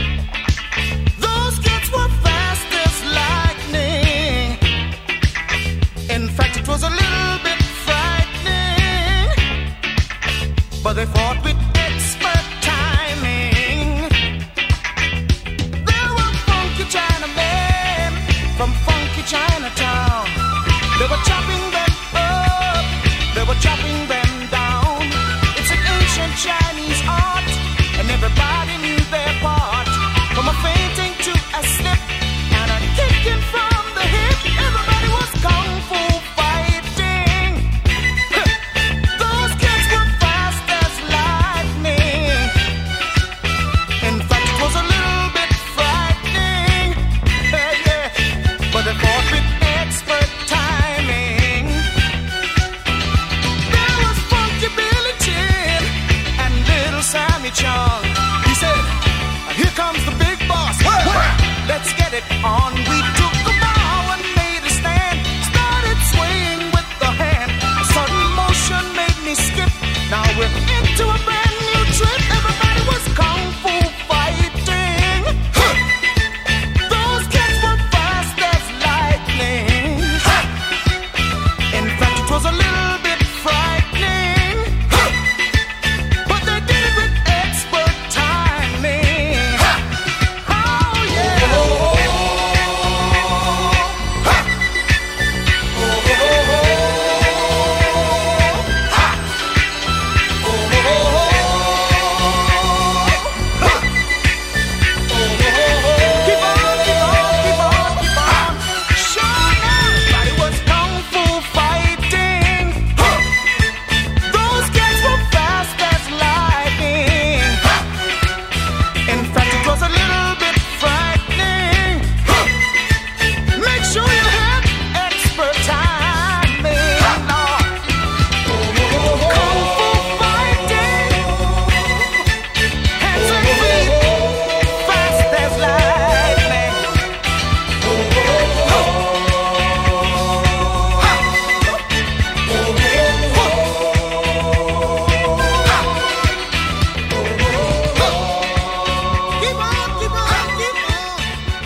Those kids were fast as lightning. In fact, it was a little bit frightening, but they fought with expert timing. There were funky Chinamen from funky Chinatown. They were chopping them up, they were chopping them down. It's an ancient Chinese art, and everybody knew their part. From a fainting to a step and a kicking from the hip, everybody was kung fu fighting. Those kids were fast as lightning. In fact, it was a little bit frightening, yeah, but they fought with expert timing. There was Funky Billy Chin and Little Sammy Chung. He said, "Here comes the big boss. Let's get it on." We took a bow and made a stand. Started swaying with the hand. A sudden motion made me skip. Now we're into a brand new trip. Everybody was kung fu fighting. Those kids were fast as lightning. In fact, it was a little bit frightening, but they did it with expert timing. Oh yeah. Keep on, keep on, keep on, keep on. Sure, everybody was kung fu fighting. Those kids were fast as lightning. In fact, it was a little bit frightening. Make sure you have expert timing. Kung fu fighting. Hands and feet, fast as lightning. Keep on, keep on, keep on.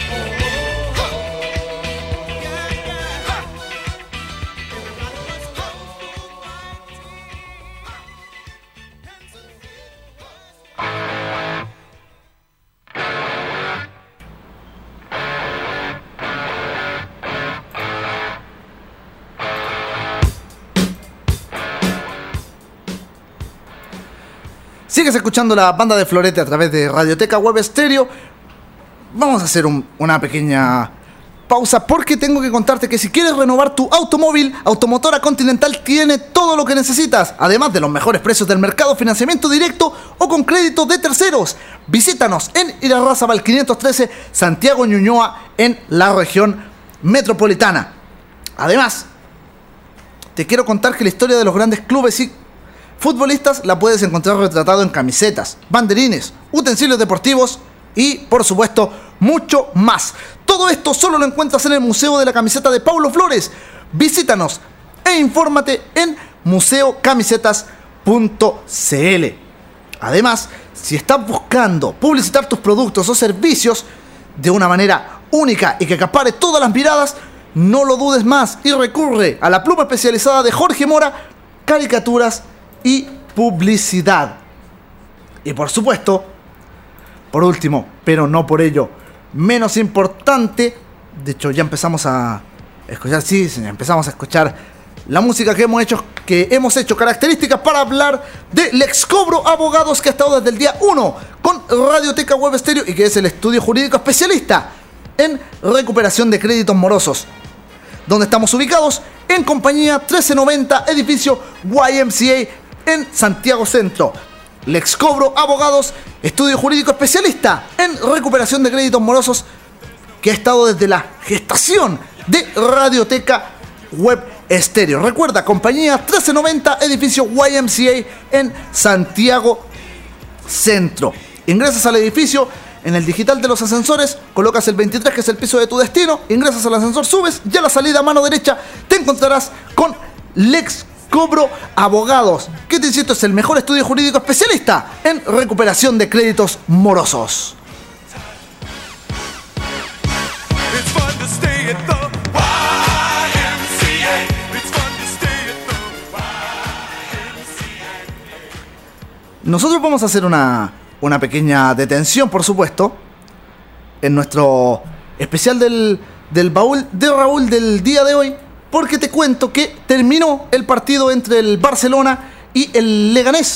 Yeah, yeah. Everybody was kung fu fighting. Hands and feet. Sigues escuchando la banda de Florete a través de Radioteca Web Stereo. Vamos a hacer una pequeña pausa porque tengo que contarte que si quieres renovar tu automóvil, Automotora Continental tiene todo lo que necesitas, además de los mejores precios del mercado, financiamiento directo o con crédito de terceros. Visítanos en Irarrázaval 513, Santiago Ñuñoa, en la región metropolitana. Además, te quiero contar que la historia de los grandes clubes y futbolistas la puedes encontrar retratado en camisetas, banderines, utensilios deportivos y, por supuesto, mucho más. Todo esto solo lo encuentras en el Museo de la Camiseta de Paulo Flores. Visítanos e infórmate en museocamisetas.cl. Además, si estás buscando publicitar tus productos o servicios de una manera única y que acapare todas las miradas, no lo dudes más y recurre a la pluma especializada de Jorge Mora, caricaturas y publicidad. Y por supuesto, por último, pero no por ello menos importante, de hecho ya empezamos a escuchar, empezamos a escuchar la música que hemos hecho características para hablar de Lexcobro Abogados, que ha estado desde el día 1 con Radioteca Web Stereo y que es el estudio jurídico especialista en recuperación de créditos morosos, donde estamos ubicados en Compañía 1390, edificio YMCA en Santiago Centro. Lexcobro Abogados, estudio jurídico especialista en recuperación de créditos morosos, que ha estado desde la gestación de Radioteca Web Stereo. Recuerda, Compañía 1390, edificio YMCA en Santiago Centro. Ingresas al edificio, en el digital de los ascensores, colocas el 23, que es el piso de tu destino, ingresas al ascensor, subes, y a la salida a mano derecha te encontrarás con Lexcobro Abogados, que te insisto es el mejor estudio jurídico especialista en recuperación de créditos morosos. Nosotros vamos a hacer una pequeña detención, por supuesto, en nuestro especial del baúl de Raúl del día de hoy, porque te cuento que terminó el partido entre el Barcelona y el Leganés.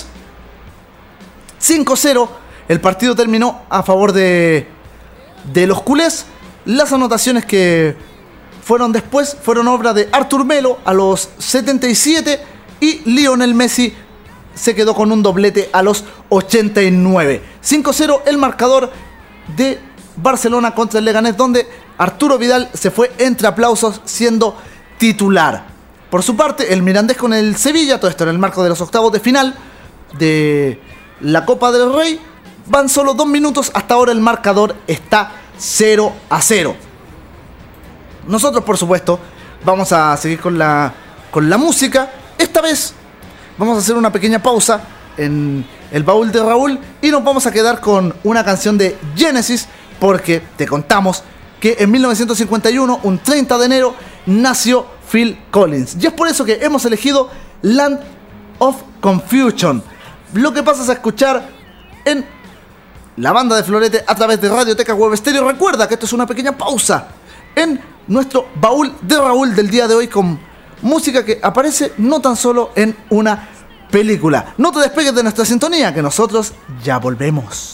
5-0, el partido terminó a favor de los culés. Las anotaciones que fueron después fueron obra de Artur Melo a los 77 y Lionel Messi se quedó con un doblete a los 89. 5-0 el marcador de Barcelona contra el Leganés, donde Arturo Vidal se fue entre aplausos siendo titular. Por su parte, el Mirandés con el Sevilla, todo esto en el marco de los octavos de final de la Copa del Rey, van solo 2 minutos, hasta ahora el marcador está 0-0. Nosotros, por supuesto, vamos a seguir con la música. Esta vez vamos a hacer una pequeña pausa en el baúl de Raúl y nos vamos a quedar con una canción de Genesis, porque te contamos que en 1951, un 30 de enero, nació Phil Collins. Y es por eso que hemos elegido Land of Confusion. Lo que pasas a escuchar en la banda de Florete a través de Radioteca Web Stereo. Recuerda que esto es una pequeña pausa en nuestro baúl de Raúl del día de hoy, con música que aparece no tan solo en una película. No te despegues de nuestra sintonía, que nosotros ya volvemos.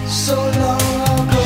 so long ago.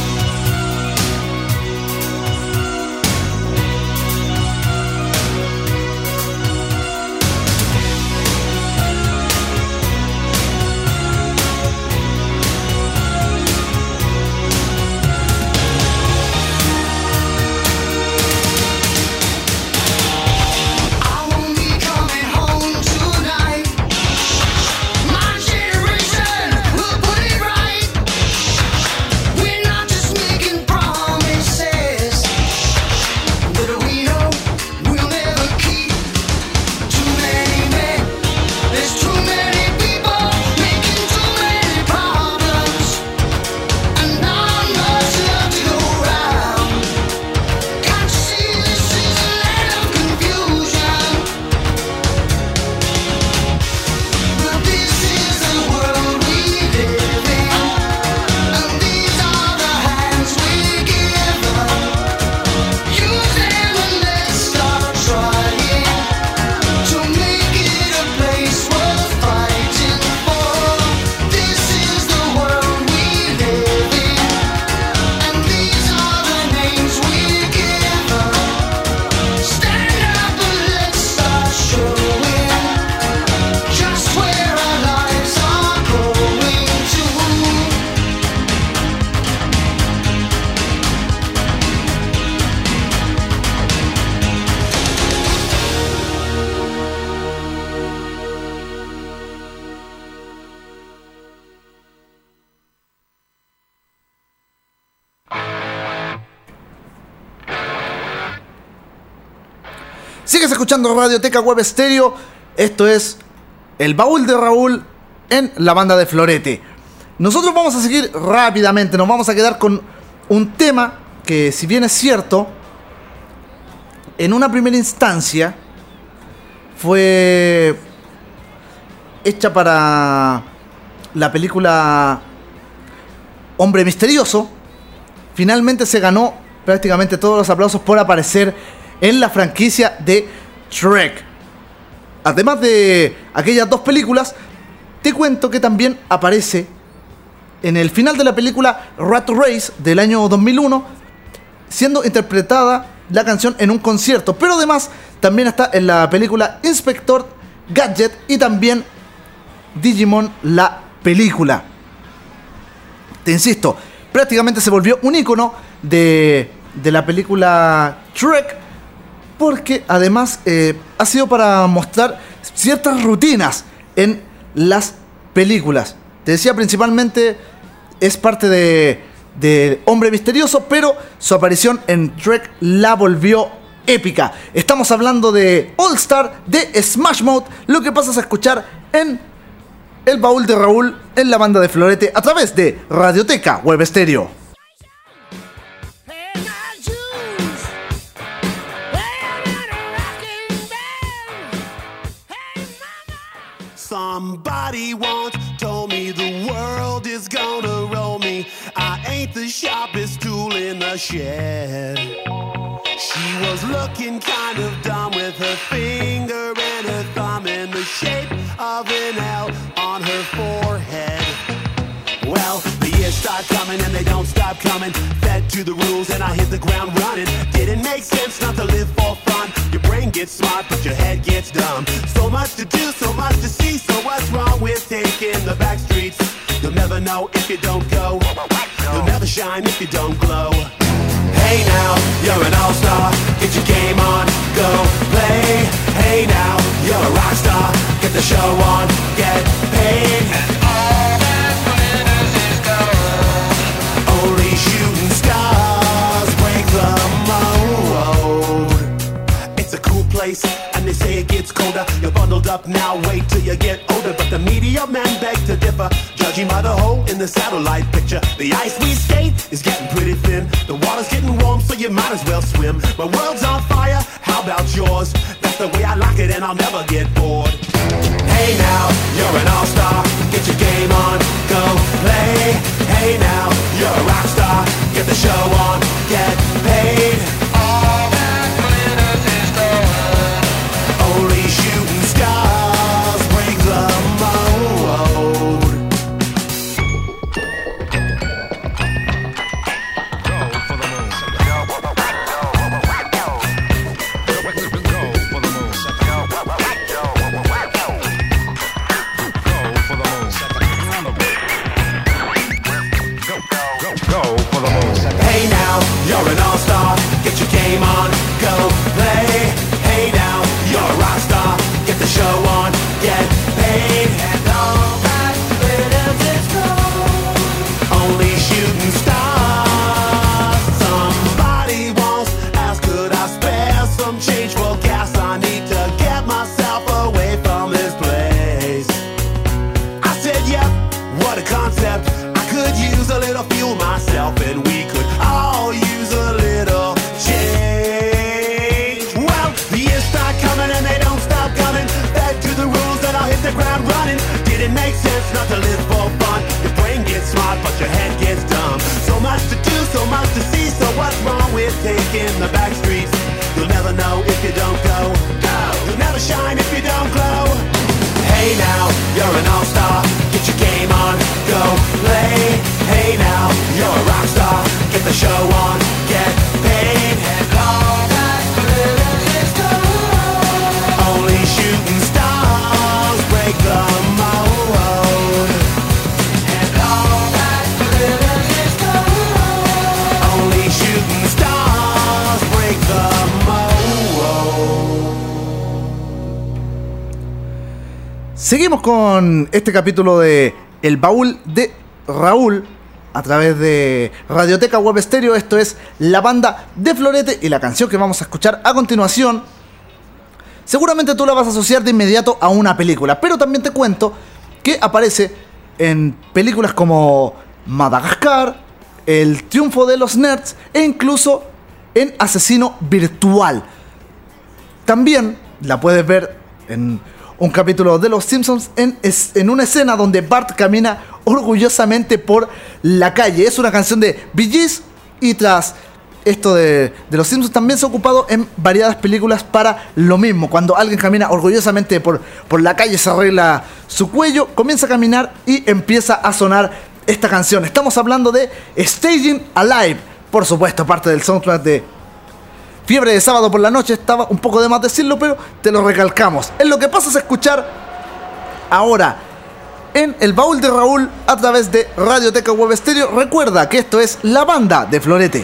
Sigues escuchando Radioteca Web Stereo. Esto es El Baúl de Raúl en la banda de Florete. Nosotros vamos a seguir rápidamente. Nos vamos a quedar con un tema que, si bien es cierto, en una primera instancia fue hecha para la película Hombre Misterioso, finalmente se ganó prácticamente todos los aplausos por aparecer en la franquicia de Shrek. Además de aquellas dos películas, te cuento que también aparece en el final de la película Rat Race del año 2001, siendo interpretada la canción en un concierto. Pero además también está en la película Inspector Gadget y también Digimon la película. Te insisto, prácticamente se volvió un ícono de la película Shrek, porque además ha sido para mostrar ciertas rutinas en las películas. Te decía, principalmente es parte de Hombre Misterioso, pero su aparición en Shrek la volvió épica. Estamos hablando de All Star de Smash Mouth. Lo que pasas a escuchar en El Baúl de Raúl en la banda de Florete a través de Radioteca Web Stereo. Somebody once told me the world is gonna roll me. I ain't the sharpest tool in the shed. She was looking kind of dumb with her finger and her thumb in the shape of an L on her forehead. Well, the years start coming and they don't stop coming. Fed to the rules and I hit the ground running. Didn't make sense not to live for fun. Your brain gets smart but your head gets dumb. So much to do, so much to see. So what's wrong with taking the back streets? You'll never know if you don't go. You'll never shine if you don't glow. Hey now, you're an all-star. Get your game on, go play. Hey now, you're a rock star. Get the show on, get paid. And all that glitters is gold. Only shooting stars break the mold. It's a cool place, and they say it gets colder. You're bundled up now, wait till you get older. But the media men beg to differ, judging by the hole in the satellite picture. The ice we skate is getting pretty thin. The water's getting warm, so you might as well swim. My world's on fire, how about yours? That's the way I like it, and I'll never get bored. Hey now, you're an all-star. Get your game on, go play. Hey now, you're a rock star. Get the show on, get paid. All that glitters is gold. Only shooting stars break the mold. game on, go play. Hey now, you're a rock star, get the show on, get paid. And all that glitters is gold, only shooting stars. Somebody once asked, could I spare some change for gas? I need to get myself away from this place. I said, yep, what a concept. I could use a little fuel myself, and we could all use a little change. Well, the years start coming and they don't stop coming. Fed to the rules and I'll hit the ground running. Didn't make sense not to live for fun. Your brain gets smart but your head gets dumb. So much to do, so much to see. So what's wrong with taking the back streets? You'll never know if you don't go. You'll never shine if you don't glow. Hey now, you're an all-star, get your game on, go play. Hey now, you're a rock star, get the show on, get paid. And all that glitters is gold, only shooting stars break the mold. And all that glitters is gold, only shooting stars break the mold. Seguimos con este capítulo de El Baúl de Raúl a través de Radioteca Web Stereo. Esto es La Banda de Florete, y la canción que vamos a escuchar a continuación seguramente tú la vas a asociar de inmediato a una película, pero también te cuento que aparece en películas como Madagascar, El Triunfo de los Nerds e incluso en Asesino Virtual. También la puedes ver en un capítulo de Los Simpsons en una escena donde Bart camina orgullosamente por la calle. Es una canción de Bee Gees, y tras esto de Los Simpsons también se ha ocupado en variadas películas para lo mismo. Cuando alguien camina orgullosamente por la calle, se arregla su cuello, comienza a caminar y empieza a sonar esta canción. Estamos hablando de Staying Alive, por supuesto parte del soundtrack de Fiebre de Sábado por la Noche. Estaba un poco de más decirlo, pero te lo recalcamos. En lo que pasas a escuchar ahora en El Baúl de Raúl a través de Radioteca Web Stereo. Recuerda que esto es La Banda de Florete.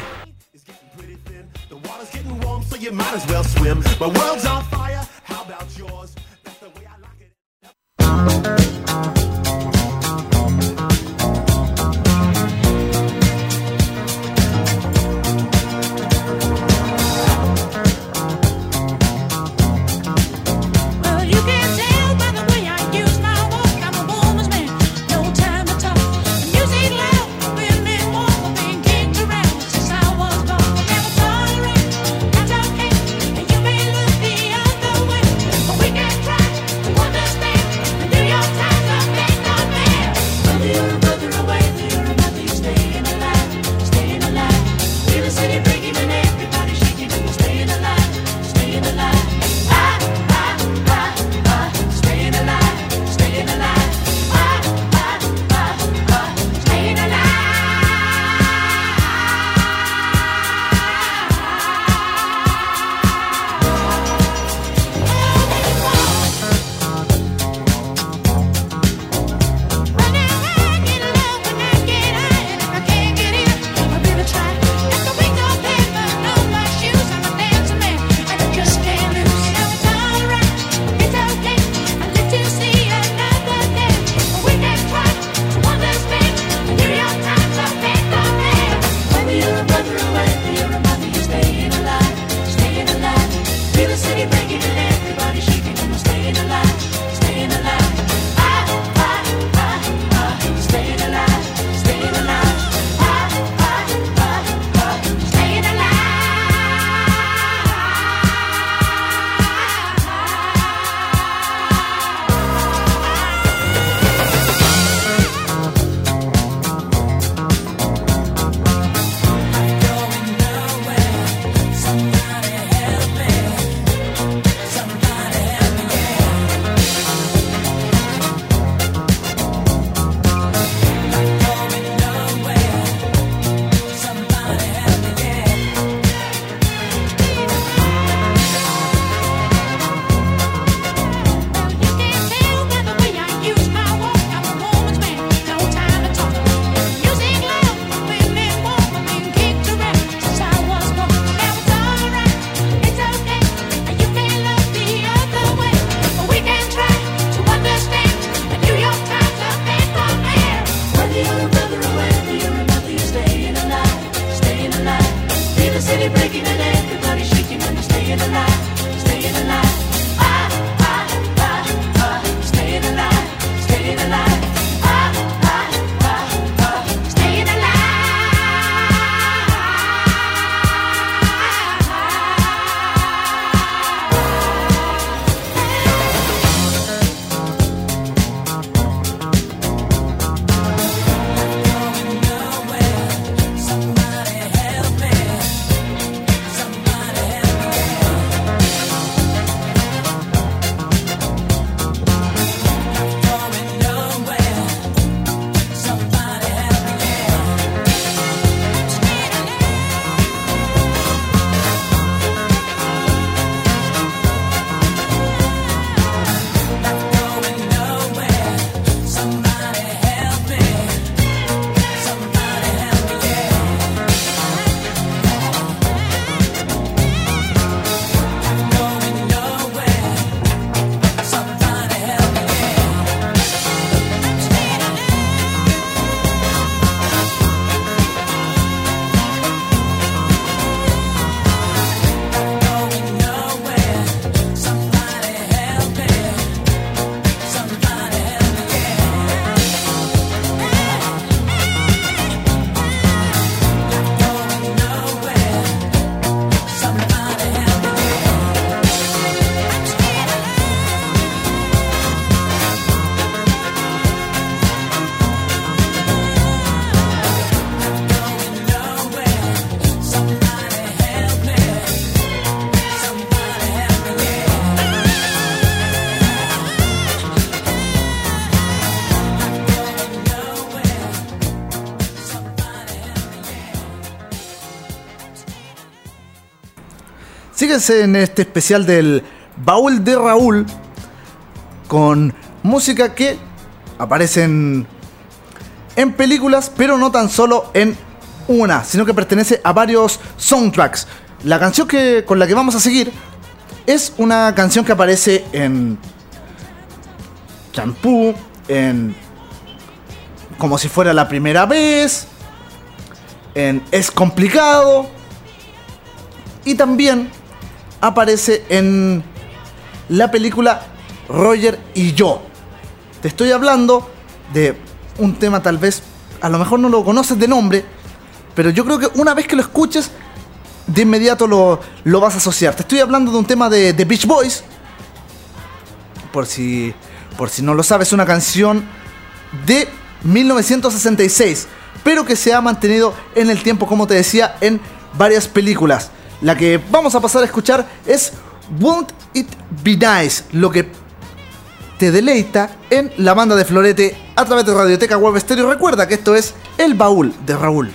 Be Síguense en este especial del Baúl de Raúl con música que aparece en películas, pero no tan solo en una, sino que pertenece a varios soundtracks. La canción con la que vamos a seguir es una canción que aparece en Shampoo, en Como si fuera la primera vez, en Es complicado, y también aparece en la película Roger y yo. Te estoy hablando de un tema, tal vez a lo mejor no lo conoces de nombre, pero yo creo que una vez que lo escuches de inmediato lo vas a asociar. Te estoy hablando de un tema de Beach Boys. Por si no lo sabes, una canción de 1966, pero que se ha mantenido en el tiempo, como te decía, en varias películas. La que vamos a pasar a escuchar es Won't It Be Nice, lo que te deleita en la banda de Florete a través de Radioteca Web Stereo. Recuerda que esto es El Baúl de Raúl.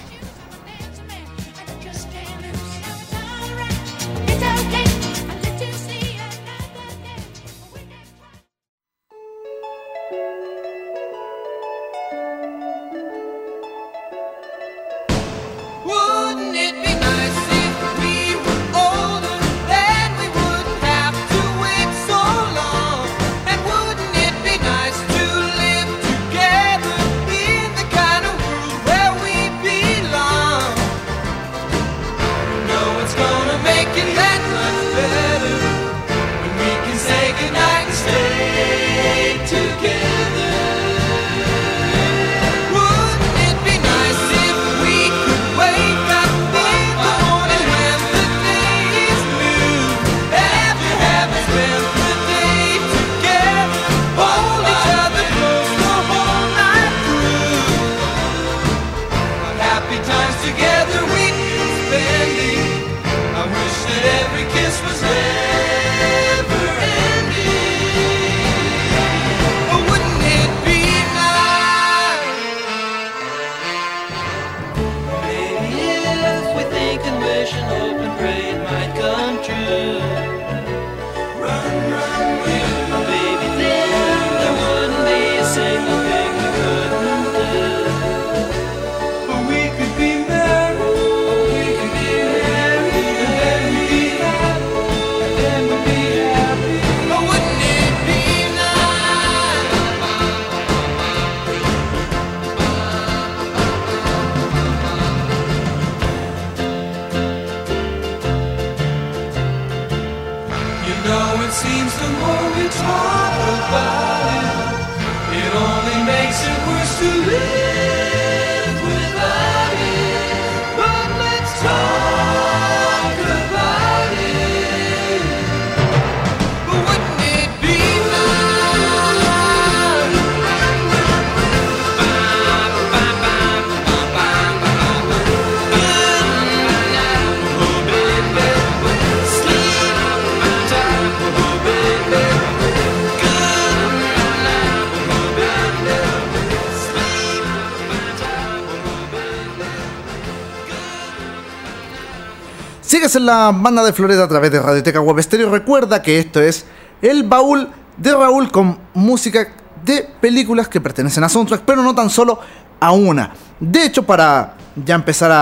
Sigues en la banda de Florete a través de Radioteca Web Stereo. Recuerda que esto es El Baúl de Raúl con música de películas que pertenecen a soundtrack, pero no tan solo a una. De hecho, para ya empezar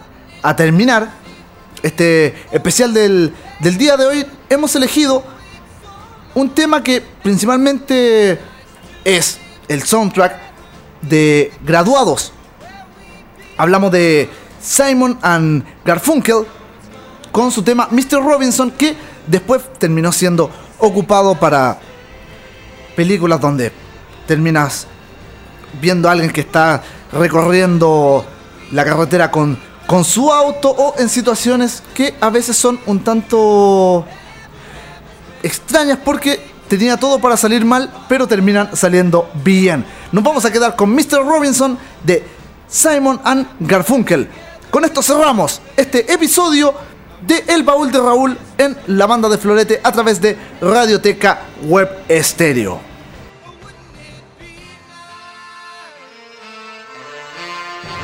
a terminar este especial del día de hoy, hemos elegido un tema que principalmente es el soundtrack de Graduados. Hablamos de Simon and Garfunkel con su tema Mr. Robinson, que después terminó siendo ocupado para películas donde terminas viendo a alguien que está recorriendo la carretera con su auto, o en situaciones que a veces son un tanto extrañas porque tenía todo para salir mal, pero terminan saliendo bien. Nos vamos a quedar con Mr. Robinson de Simon and Garfunkel. Con esto cerramos este episodio de El Baúl de Raúl en la banda de Florete a través de Radioteca Web Stereo.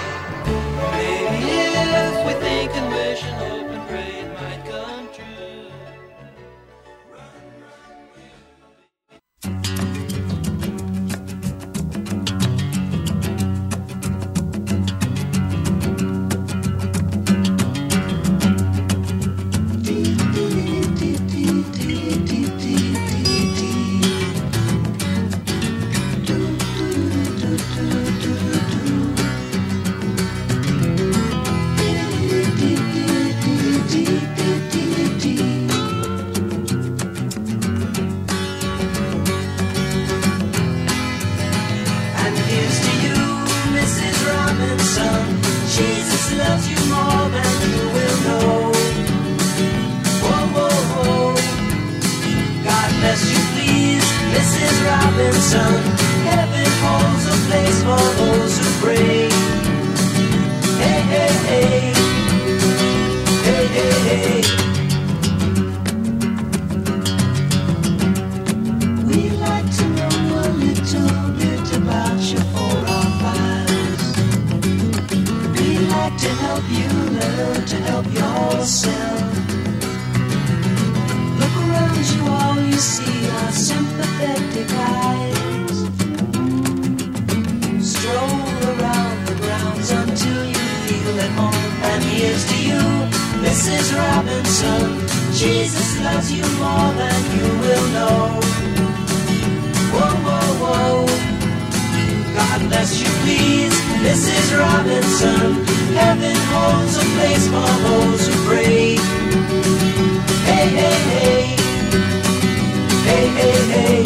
Maybe if we think and wish and hope and pray it might come true. Robinson. Heaven holds a place for those who pray. Hey, hey, hey. Hey, hey, hey. We'd like to know a little bit about your forefathers. We'd like to help you learn to help yourself. Look around you, all you see are sympathetic eyes. Stroll around the grounds until you feel at home. And here's to you, Mrs. Robinson. Jesus loves you more than you will know. Whoa, whoa, whoa. God bless you, please, Mrs. Robinson. Heaven holds a place for those who pray. Hey, hey, hey. Hey, hey, hey.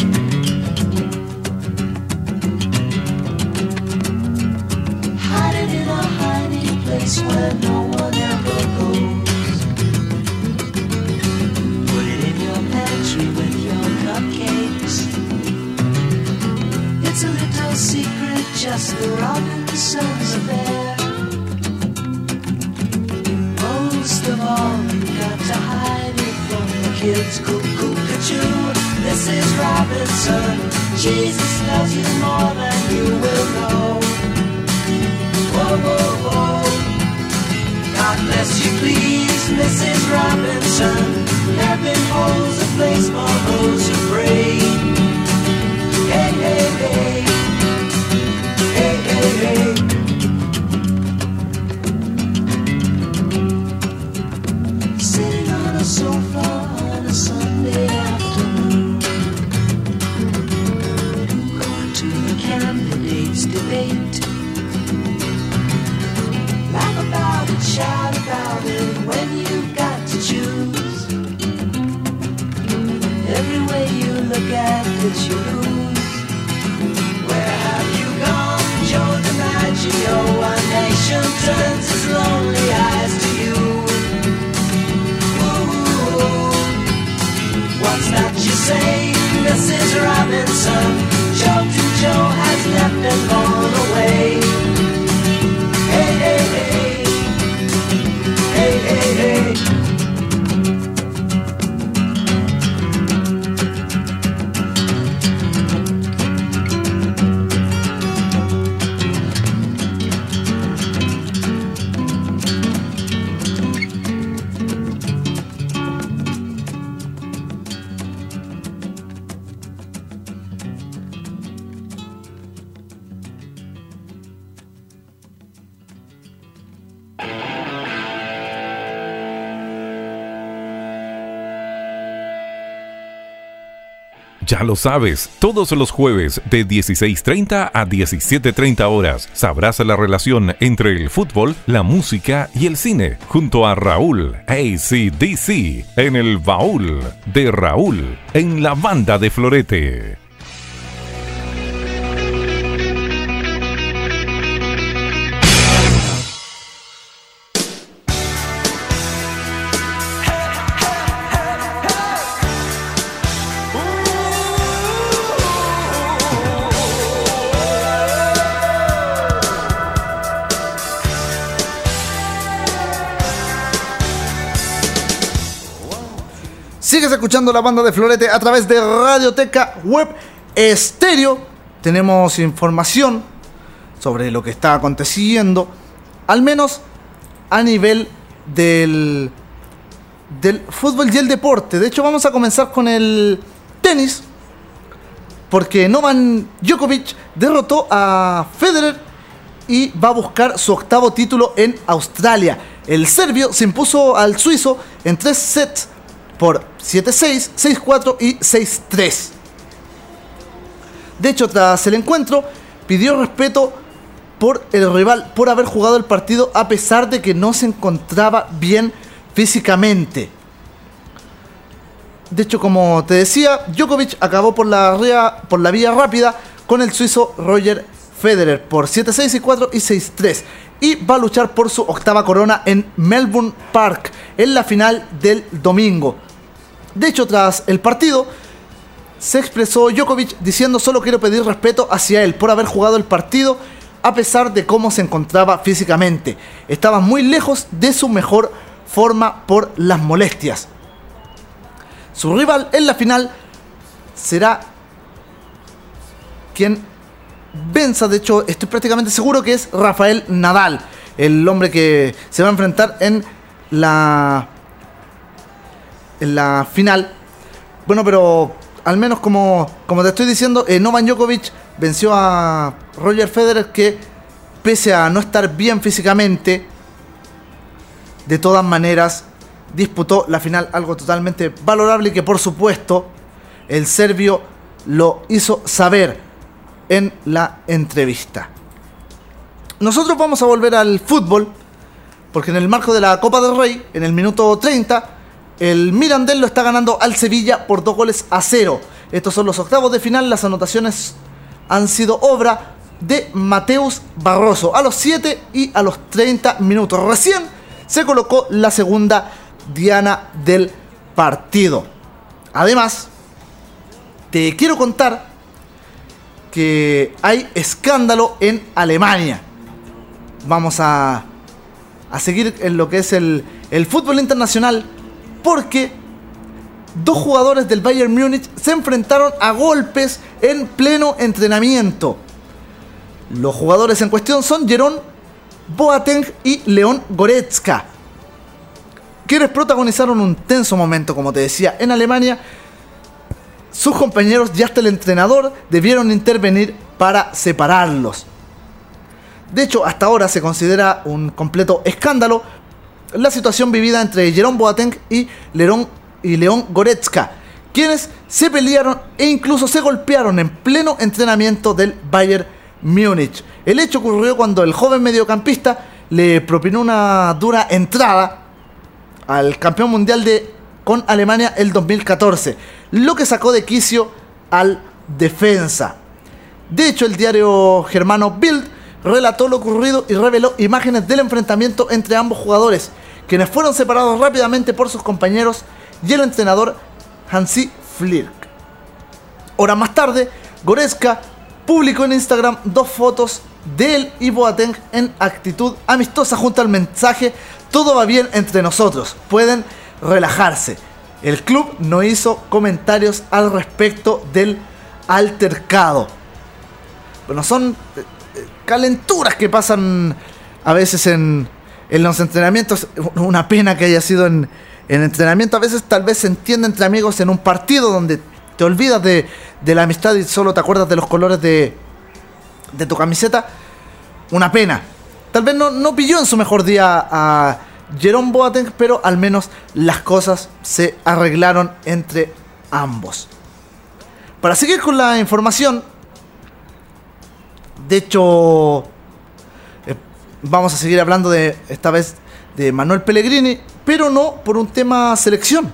Hiding in a hiding place where no one ever goes. Put it in your pantry with your cupcakes. It's a little secret, just the Robinsons affair. Most of all, you got to hide it from the kids. Cuckoo-cuckoo, Mrs. Robinson. Jesus loves you more than you will know. Whoa, whoa, whoa. God bless you, please, Mrs. Robinson. Heaven holds a place for those who pray. Hey, hey, hey. Hey, hey, hey. Sitting on a sofa on a Sunday afternoon, going to the candidates' debate. Laugh about it, shout about it when you've got to choose. Every way you look at it, you lose. Where have you gone, Joe DiMaggio? Our nation turns its lonely eyes to you. What's that you say, Mrs. Robinson? Joe to Joe has left and gone away. Hey, hey, hey. Hey, hey, hey. Ya lo sabes, todos los jueves de 16:30 a 17:30 horas sabrás la relación entre el fútbol, la música y el cine, junto a Raúl AC/DC en el baúl de Raúl, en la banda de Florete. Sigues escuchando la banda de Florete a través de Radioteca Web Estéreo. Tenemos información sobre lo que está aconteciendo, al menos a nivel del fútbol y el deporte. De hecho, vamos a comenzar con el tenis, porque Novak Djokovic derrotó a Federer y va a buscar su octavo título en Australia. El serbio se impuso al suizo en 3 sets por 7-6, 6-4 y 6-3. De hecho, tras el encuentro, pidió respeto por el rival por haber jugado el partido a pesar de que no se encontraba bien físicamente. De hecho, como te decía, Djokovic acabó por la vía rápida con el suizo Roger Federer por 7-6, 6-4 y 6-3. Y va a luchar por su octava corona en Melbourne Park en la final del domingo. De hecho, tras el partido, se expresó Djokovic diciendo: solo quiero pedir respeto hacia él por haber jugado el partido a pesar de cómo se encontraba físicamente. Estaba muy lejos de su mejor forma por las molestias. Su rival en la final será quien venza, de hecho estoy prácticamente seguro que es Rafael Nadal, el hombre que se va a enfrentar en la final. Bueno, pero al menos como te estoy diciendo, Novak Djokovic venció a Roger Federer, que pese a no estar bien físicamente, de todas maneras disputó la final, algo totalmente valorable y que por supuesto el serbio lo hizo saber en la entrevista. Nosotros vamos a volver al fútbol, porque en el marco de la Copa del Rey, en el minuto 30, el Mirandés lo está ganando al Sevilla por 2-0. Estos son los octavos de final. Las anotaciones han sido obra de Mateus Barroso a los 7 y a los 30 minutos. Recién se colocó la segunda diana del partido. Además, te quiero contar que hay escándalo en Alemania. Vamos a seguir en lo que es el fútbol internacional, porque dos jugadores del Bayern Múnich se enfrentaron a golpes en pleno entrenamiento. Los jugadores en cuestión son Jerome Boateng y Leon Goretzka, quienes protagonizaron un tenso momento, como te decía, en Alemania. Sus compañeros y hasta el entrenador debieron intervenir para separarlos. De hecho, hasta ahora se considera un completo escándalo la situación vivida entre Jerome Boateng y Leon Goretzka, quienes se pelearon e incluso se golpearon en pleno entrenamiento del Bayern Múnich. El hecho ocurrió cuando el joven mediocampista le propinó una dura entrada al campeón mundial con Alemania el 2014, lo que sacó de quicio al defensa. De hecho, el diario germano Bild relató lo ocurrido y reveló imágenes del enfrentamiento entre ambos jugadores, quienes fueron separados rápidamente por sus compañeros y el entrenador Hansi Flick. Horas más tarde, Goretzka publicó en Instagram 2 fotos de él y Boateng en actitud amistosa junto al mensaje: todo va bien entre nosotros, pueden relajarse. El club no hizo comentarios al respecto del altercado. Bueno, son calenturas que pasan a veces en los entrenamientos. Una pena que haya sido en entrenamiento. A veces tal vez se entiende entre amigos en un partido donde te olvidas de la amistad y solo te acuerdas de los colores de tu camiseta. Una pena. Tal vez no pilló en su mejor día a Jerome Boateng, pero al menos las cosas se arreglaron entre ambos. Para seguir con la información, de hecho, vamos a seguir hablando esta vez de Manuel Pellegrini, pero no por un tema selección,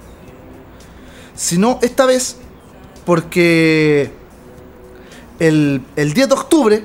sino esta vez porque el 10 de octubre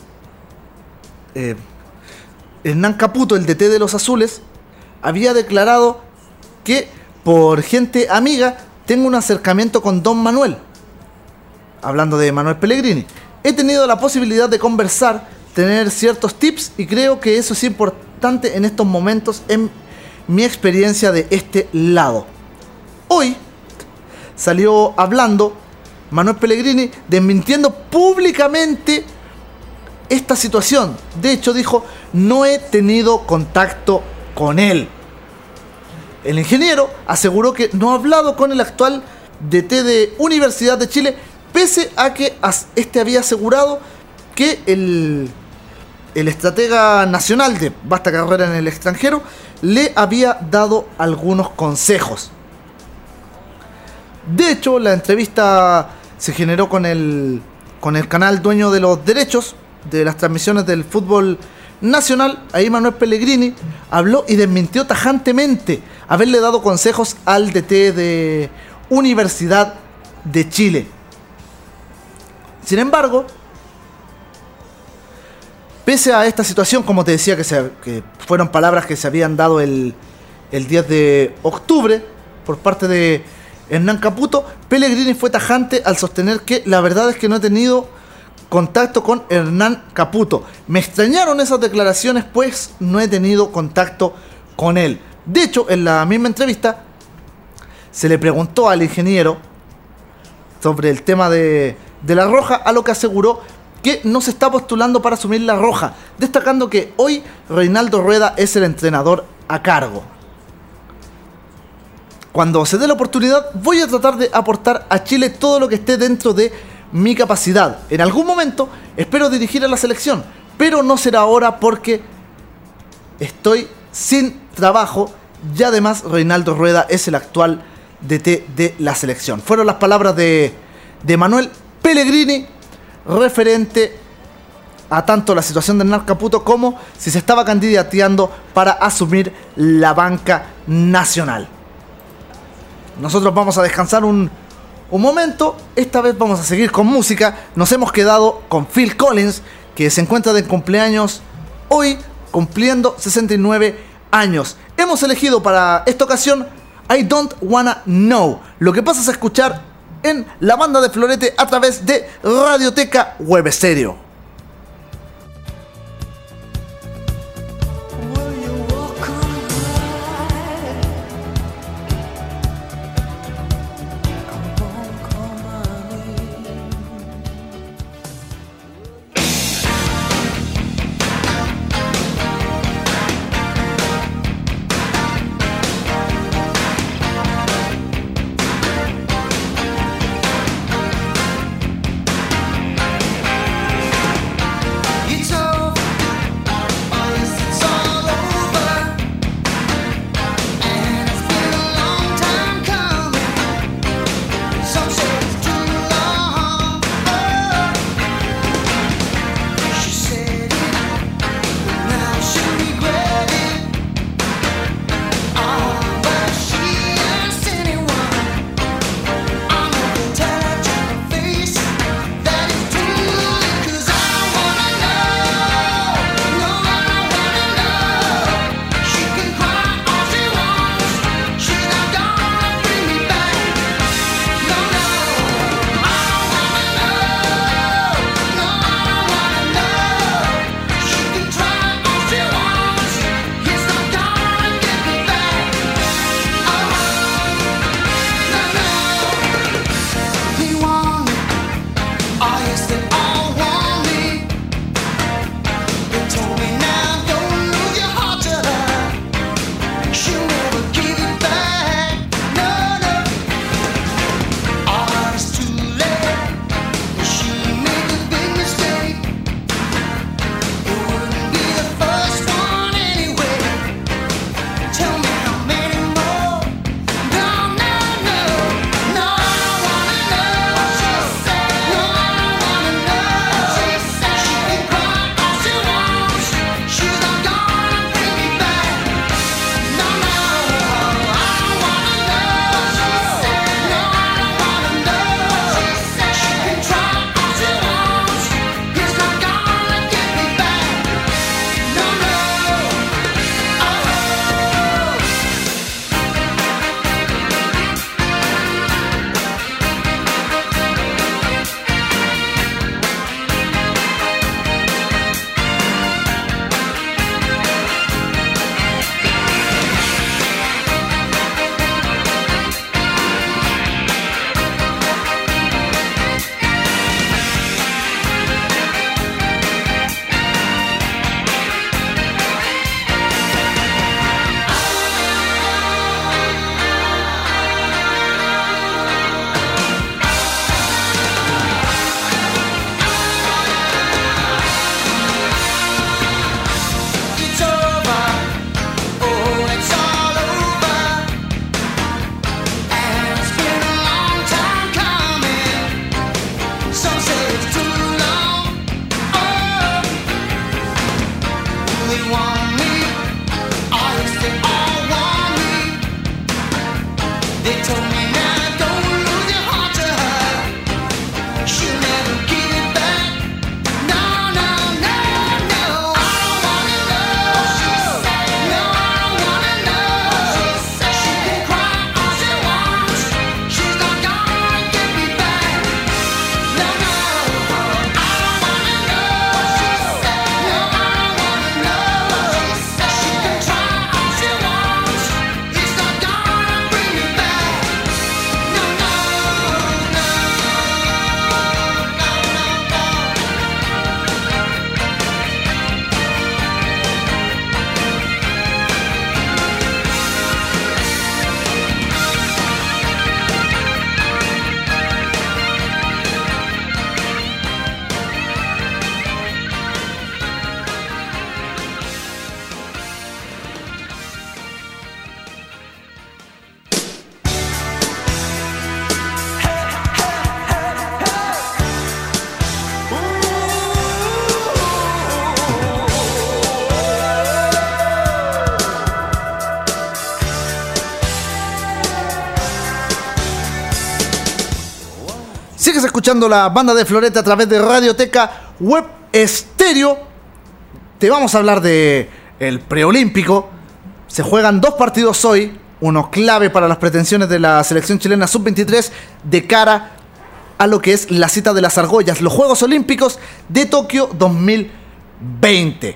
Hernán Caputo, el DT de los Azules, había declarado que por gente amiga tengo un acercamiento con Don Manuel, hablando de Manuel Pellegrini. He tenido la posibilidad de conversar, tener ciertos tips, y creo que eso es importante en estos momentos en mi experiencia de este lado. Hoy salió hablando Manuel Pellegrini, desmintiendo públicamente esta situación. De hecho, dijo: no he tenido contacto con él. El ingeniero aseguró que no ha hablado con el actual DT de Universidad de Chile, pese a que este había asegurado que el estratega nacional de vasta carrera en el extranjero le había dado algunos consejos. De hecho, la entrevista se generó con el canal dueño de los derechos de las transmisiones del fútbol nacional. Ahí Manuel Pellegrini habló y desmintió tajantemente haberle dado consejos al DT de Universidad de Chile. Sin embargo, pese a esta situación, como te decía, que fueron palabras que se habían dado el 10 de octubre por parte de Hernán Caputo, Pellegrini fue tajante al sostener que la verdad es que no he tenido contacto con Hernán Caputo. Me extrañaron esas declaraciones, pues no he tenido contacto con él. De hecho, en la misma entrevista se le preguntó al ingeniero sobre el tema de La Roja, a lo que aseguró que no se está postulando para asumir La Roja, destacando que hoy Reinaldo Rueda es el entrenador a cargo. Cuando se dé la oportunidad, voy a tratar de aportar a Chile todo lo que esté dentro de mi capacidad. En algún momento espero dirigir a la selección, pero no será ahora porque estoy sin trabajo y además Reinaldo Rueda es el actual DT de la selección. Fueron las palabras de Manuel Pellegrini referente a tanto la situación de Hernán Caputo como si se estaba candidateando para asumir la banca nacional. Nosotros vamos a descansar un momento. Esta vez vamos a seguir con música. Nos hemos quedado con Phil Collins, que se encuentra de cumpleaños hoy, cumpliendo 69 años. Hemos elegido para esta ocasión I Don't Wanna Know. Lo que pasas a escuchar en La Banda de Florete a través de Radioteca Web Estéreo. Sigues escuchando la banda de Florete a través de Radioteca Web Estéreo. Te vamos a hablar de el preolímpico. Se juegan 2 partidos hoy, uno clave para las pretensiones de la selección chilena sub-23 de cara a lo que es la cita de las argollas, los Juegos Olímpicos de Tokio 2020.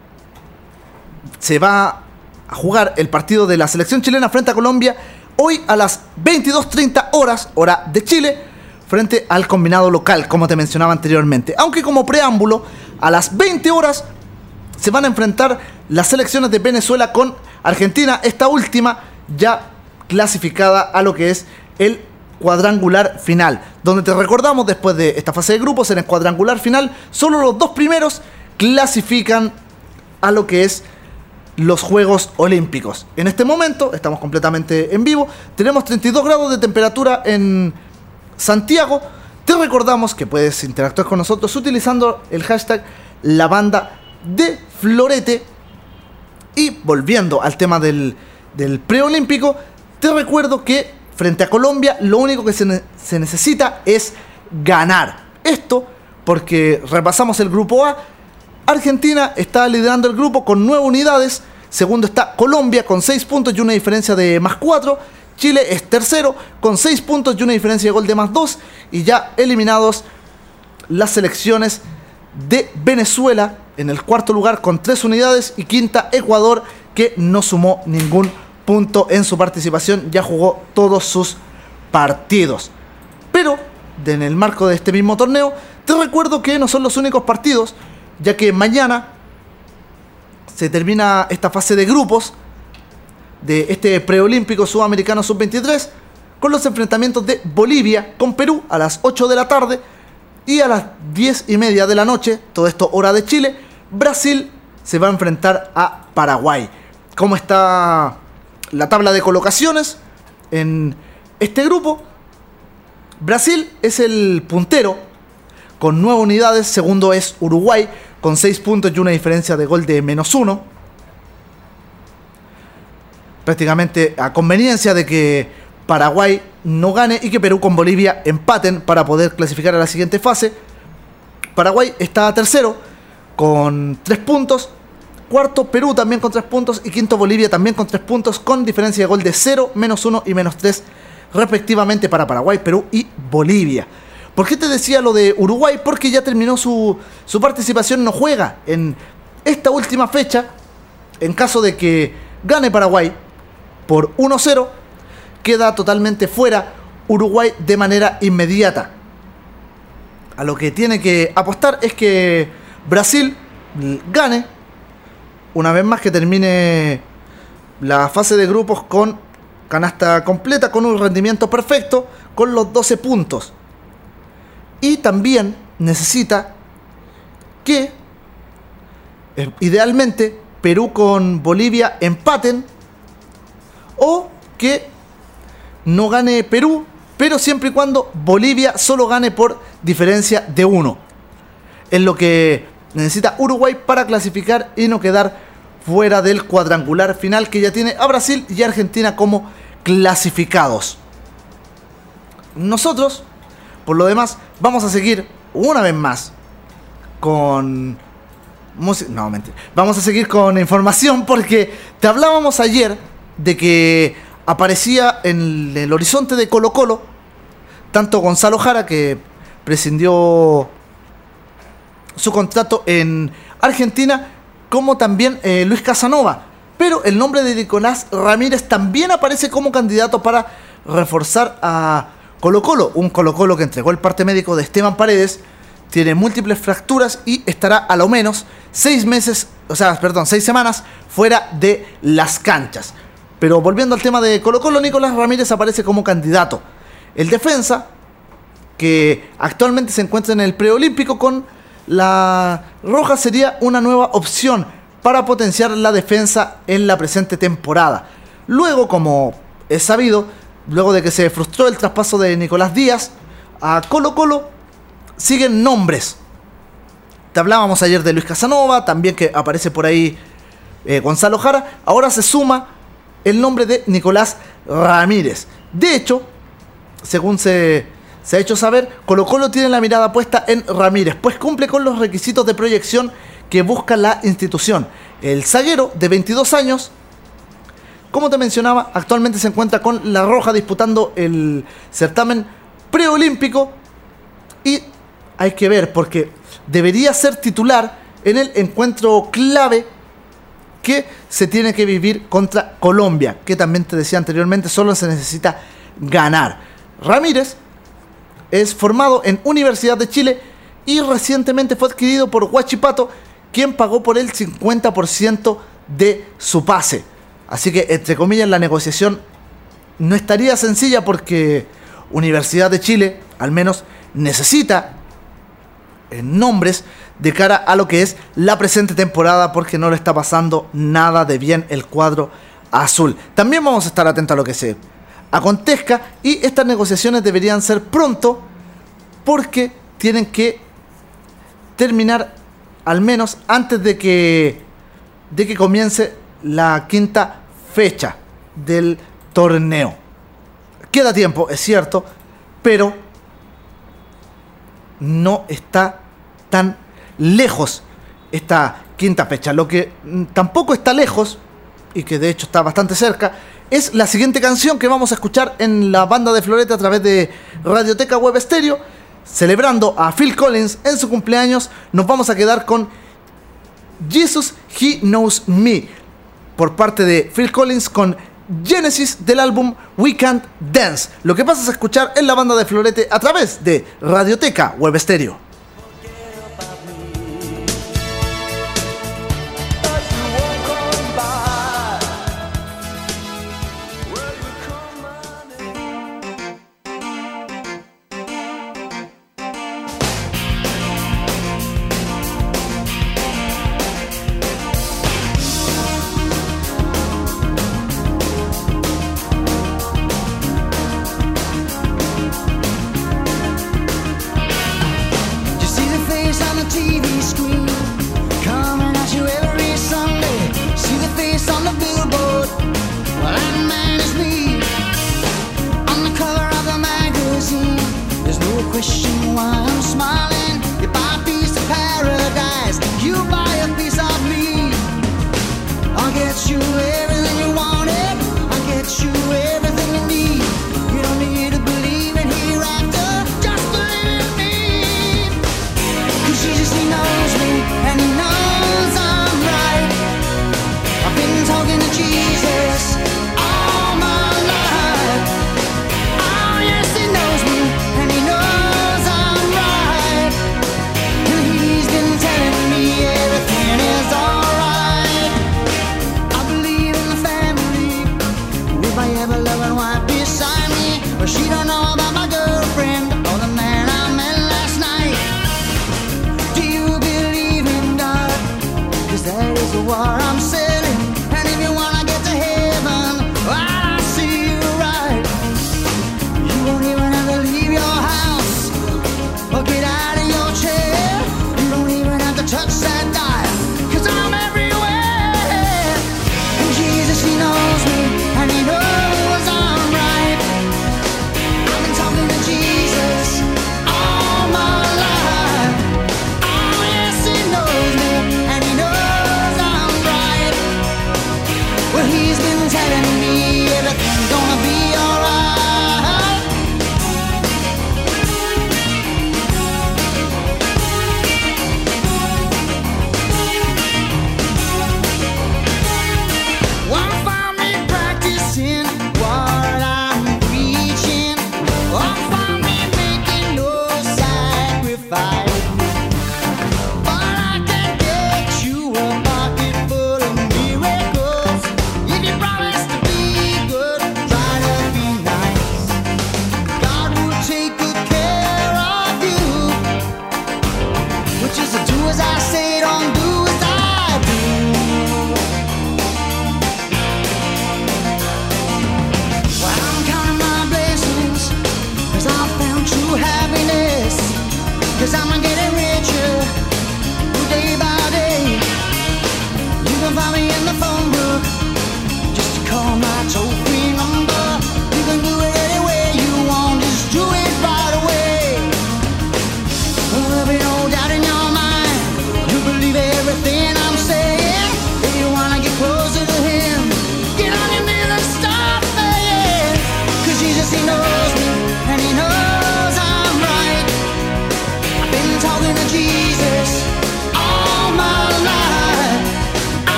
Se va a jugar el partido de la selección chilena frente a Colombia hoy a las 22:30 horas, hora de Chile, frente al combinado local, como te mencionaba anteriormente. Aunque como preámbulo, a las 20 horas se van a enfrentar las selecciones de Venezuela con Argentina, esta última ya clasificada a lo que es el cuadrangular final, donde te recordamos, después de esta fase de grupos, en el cuadrangular final, solo los 2 primeros clasifican a lo que es los Juegos Olímpicos. En este momento, estamos completamente en vivo, tenemos 32 grados de temperatura en Santiago. Te recordamos que puedes interactuar con nosotros utilizando el hashtag La Banda de Florete. Y volviendo al tema del preolímpico, te recuerdo que frente a Colombia lo único que se necesita es ganar. Esto porque repasamos el grupo A. Argentina está liderando el grupo con 9 unidades. Segundo está Colombia con 6 puntos y una diferencia de +4. Chile es tercero con 6 puntos y una diferencia de gol de +2. Y ya eliminados las selecciones de Venezuela en el cuarto lugar con 3 unidades. Y quinta Ecuador, que no sumó ningún punto en su participación. Ya jugó todos sus partidos. Pero en el marco de este mismo torneo, te recuerdo que no son los únicos partidos, ya que mañana se termina esta fase de grupos de este preolímpico sudamericano sub-23 con los enfrentamientos de Bolivia con Perú a las 8 de la tarde y a las 10:30 de la noche, todo esto hora de Chile, Brasil se va a enfrentar a Paraguay. ¿Cómo está la tabla de colocaciones en este grupo? Brasil es el puntero con 9 unidades, segundo es Uruguay con 6 puntos y una diferencia de gol de -1. Prácticamente a conveniencia de que Paraguay no gane y que Perú con Bolivia empaten para poder clasificar a la siguiente fase. Paraguay está tercero con 3 puntos. Cuarto Perú también con 3 puntos. Y quinto Bolivia también con 3 puntos, con diferencia de gol de 0, -1 y -3 respectivamente para Paraguay, Perú y Bolivia. ¿Por qué te decía lo de Uruguay? Porque ya terminó su participación, no juega en esta última fecha. En caso de que gane Paraguay por 1-0, queda totalmente fuera Uruguay de manera inmediata. A lo que tiene que apostar es que Brasil gane, una vez más que termine la fase de grupos con canasta completa, con un rendimiento perfecto, con los 12 puntos. Y también necesita que, idealmente, Perú con Bolivia empaten, o que no gane Perú, pero siempre y cuando Bolivia solo gane por diferencia de 1. Es lo que necesita Uruguay para clasificar y no quedar fuera del cuadrangular final, que ya tiene a Brasil y Argentina como clasificados. Nosotros, por lo demás, vamos a seguir una vez más con música. No, mentira. Vamos a seguir con información, porque te hablábamos ayer de que aparecía en el horizonte de Colo-Colo tanto Gonzalo Jara, que prescindió su contrato en Argentina, como también Luis Casanova. Pero el nombre de Nicolás Ramírez también aparece como candidato para reforzar a Colo-Colo. Un Colo-Colo que entregó el parte médico de Esteban Paredes, tiene múltiples fracturas y estará a lo menos 6 semanas fuera de las canchas. Pero volviendo al tema de Colo-Colo, Nicolás Ramírez aparece como candidato. El defensa, que actualmente se encuentra en el preolímpico con la Roja, sería una nueva opción para potenciar la defensa en la presente temporada. Luego, como es sabido, luego de que se frustró el traspaso de Nicolás Díaz a Colo-Colo, siguen nombres. Te hablábamos ayer de Luis Casanova, también que aparece por ahí Gonzalo Jara. Ahora se suma el nombre de Nicolás Ramírez. De hecho, según se se ha hecho saber, Colo-Colo tiene la mirada puesta en Ramírez, pues cumple con los requisitos de proyección que busca la institución. El zaguero de 22 años, como te mencionaba, actualmente se encuentra con La Roja disputando el certamen preolímpico y hay que ver porque debería ser titular en el encuentro clave que se tiene que vivir contra Colombia, que también te decía anteriormente, solo se necesita ganar. Ramírez es formado en Universidad de Chile y recientemente fue adquirido por Huachipato, quien pagó por el 50% de su pase. Así que, entre comillas, la negociación no estaría sencilla porque Universidad de Chile, al menos, necesita nombres de cara a lo que es la presente temporada, porque no le está pasando nada de bien el cuadro azul. También vamos a estar atentos a lo que se acontezca y estas negociaciones deberían ser pronto porque tienen que terminar al menos antes de que comience la quinta fecha del torneo. Queda tiempo, es cierto, pero no está tan lejos esta quinta fecha. Lo que tampoco está lejos, y que de hecho está bastante cerca, es la siguiente canción que vamos a escuchar en la banda de Florete a través de Radioteca Web Stereo. Celebrando a Phil Collins en su cumpleaños, nos vamos a quedar con Jesus He Knows Me, por parte de Phil Collins, con Genesis del álbum We Can't Dance. Lo que vas a escuchar en la banda de Florete a través de Radioteca Web Stereo.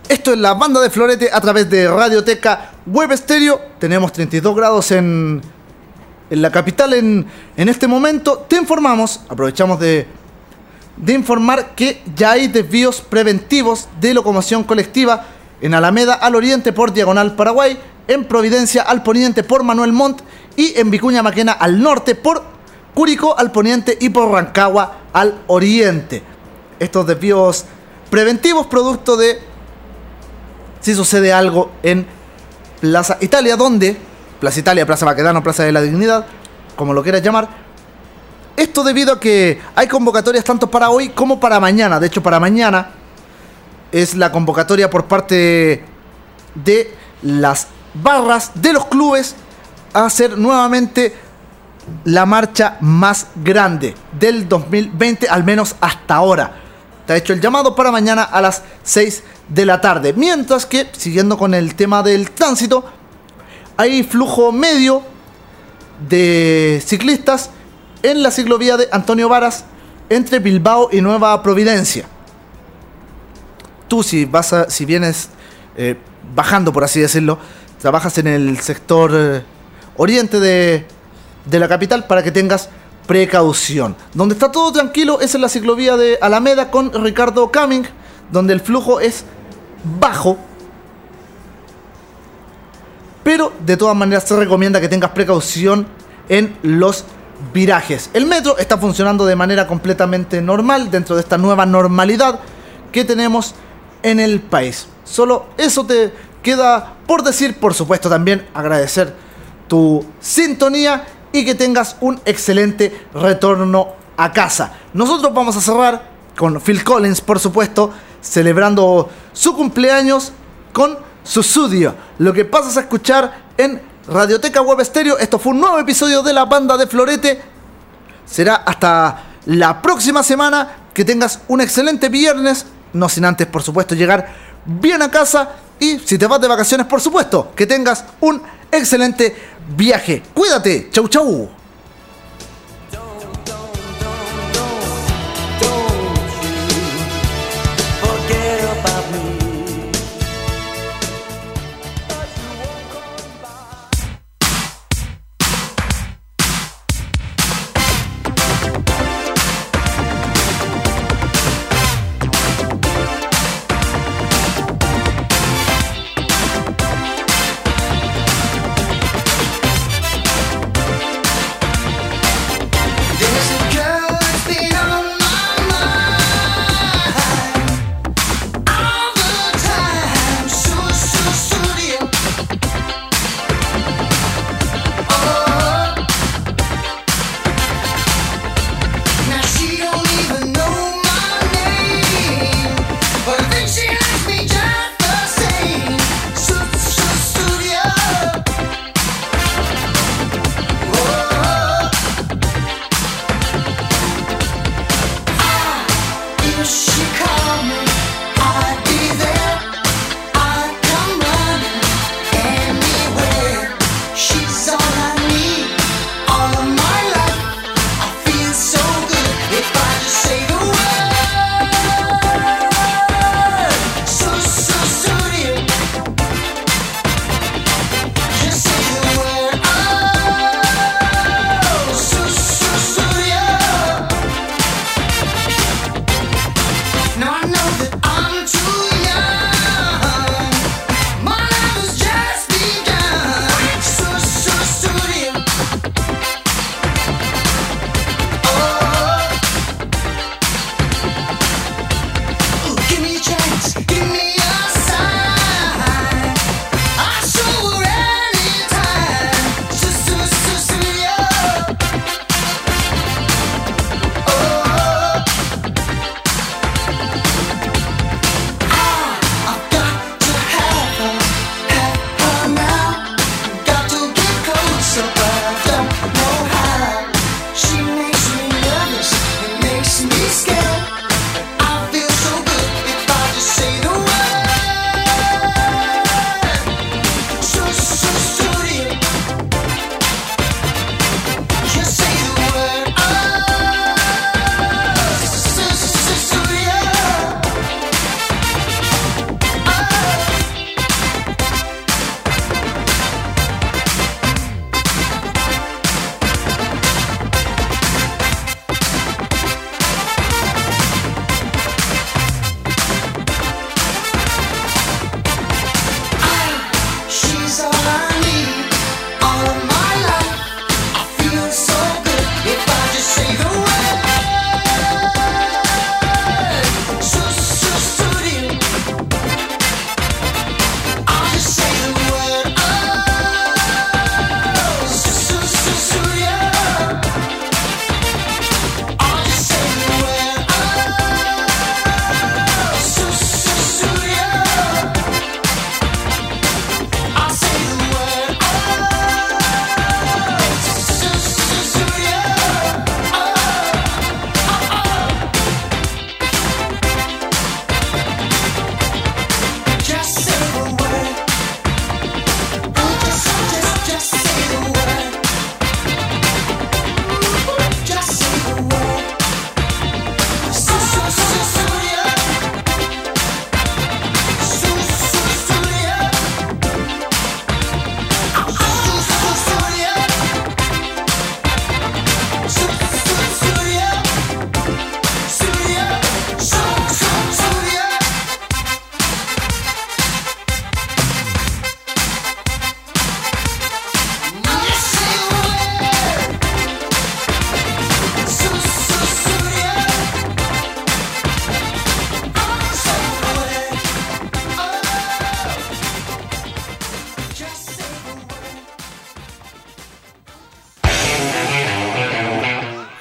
Esto es la banda de Florete a través de Radioteca Web Estéreo. Tenemos 32 grados en la capital en este momento. Te informamos, aprovechamos de informar que ya hay desvíos preventivos de locomoción colectiva en Alameda al oriente por Diagonal Paraguay, en Providencia al poniente por Manuel Montt y en Vicuña Maquena al norte por Curicó al poniente y por Rancagua al oriente. Estos desvíos preventivos producto de si sucede algo en Plaza Italia, donde Plaza Italia, Plaza Baquedano, Plaza de la Dignidad, como lo quieras llamar. Esto debido a que hay convocatorias tanto para hoy como para mañana. De hecho, para mañana es la convocatoria por parte de las barras de los clubes a hacer nuevamente la marcha más grande del 2020, al menos hasta ahora. Te ha hecho el llamado para mañana a las 6 de la tarde. Mientras que, siguiendo con el tema del tránsito, hay flujo medio de ciclistas en la ciclovía de Antonio Varas entre Bilbao y Nueva Providencia. Tú si vienes bajando, por así decirlo, trabajas en el sector oriente de la capital, para que tengas precaución. Donde está todo tranquilo es en la ciclovía de Alameda con Ricardo Cumming, donde el flujo es bajo, pero de todas maneras se recomienda que tengas precaución en los virajes. El metro está funcionando de manera completamente normal dentro de esta nueva normalidad que tenemos en el país. Solo eso te queda por decir. Por supuesto, también agradecer tu sintonía y que tengas un excelente retorno a casa. Nosotros vamos a cerrar con Phil Collins, por supuesto, celebrando su cumpleaños con Sussudio. Lo que pasas a escuchar en Radioteca Web Estéreo. Esto fue un nuevo episodio de la banda de Florete. Será hasta la próxima semana. Que tengas un excelente viernes. No sin antes, por supuesto, llegar bien a casa. Y si te vas de vacaciones, por supuesto, que tengas un excelente viaje. Cuídate. Chau, chau. There's a girl that's been on my mind all the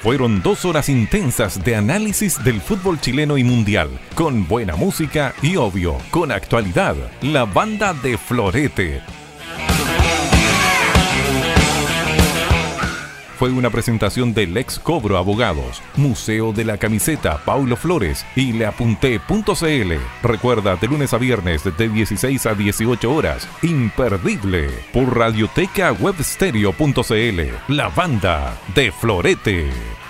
Fueron 2 horas intensas de análisis del fútbol chileno y mundial, con buena música y obvio, con actualidad. La banda de Florete. Fue una presentación del Ex Cobro Abogados, Museo de la Camiseta Paulo Flores y leapunté.cl. Recuerda, de lunes a viernes de 16 a 18 horas. Imperdible por Radioteca Webstereo.cl. La banda de Florete.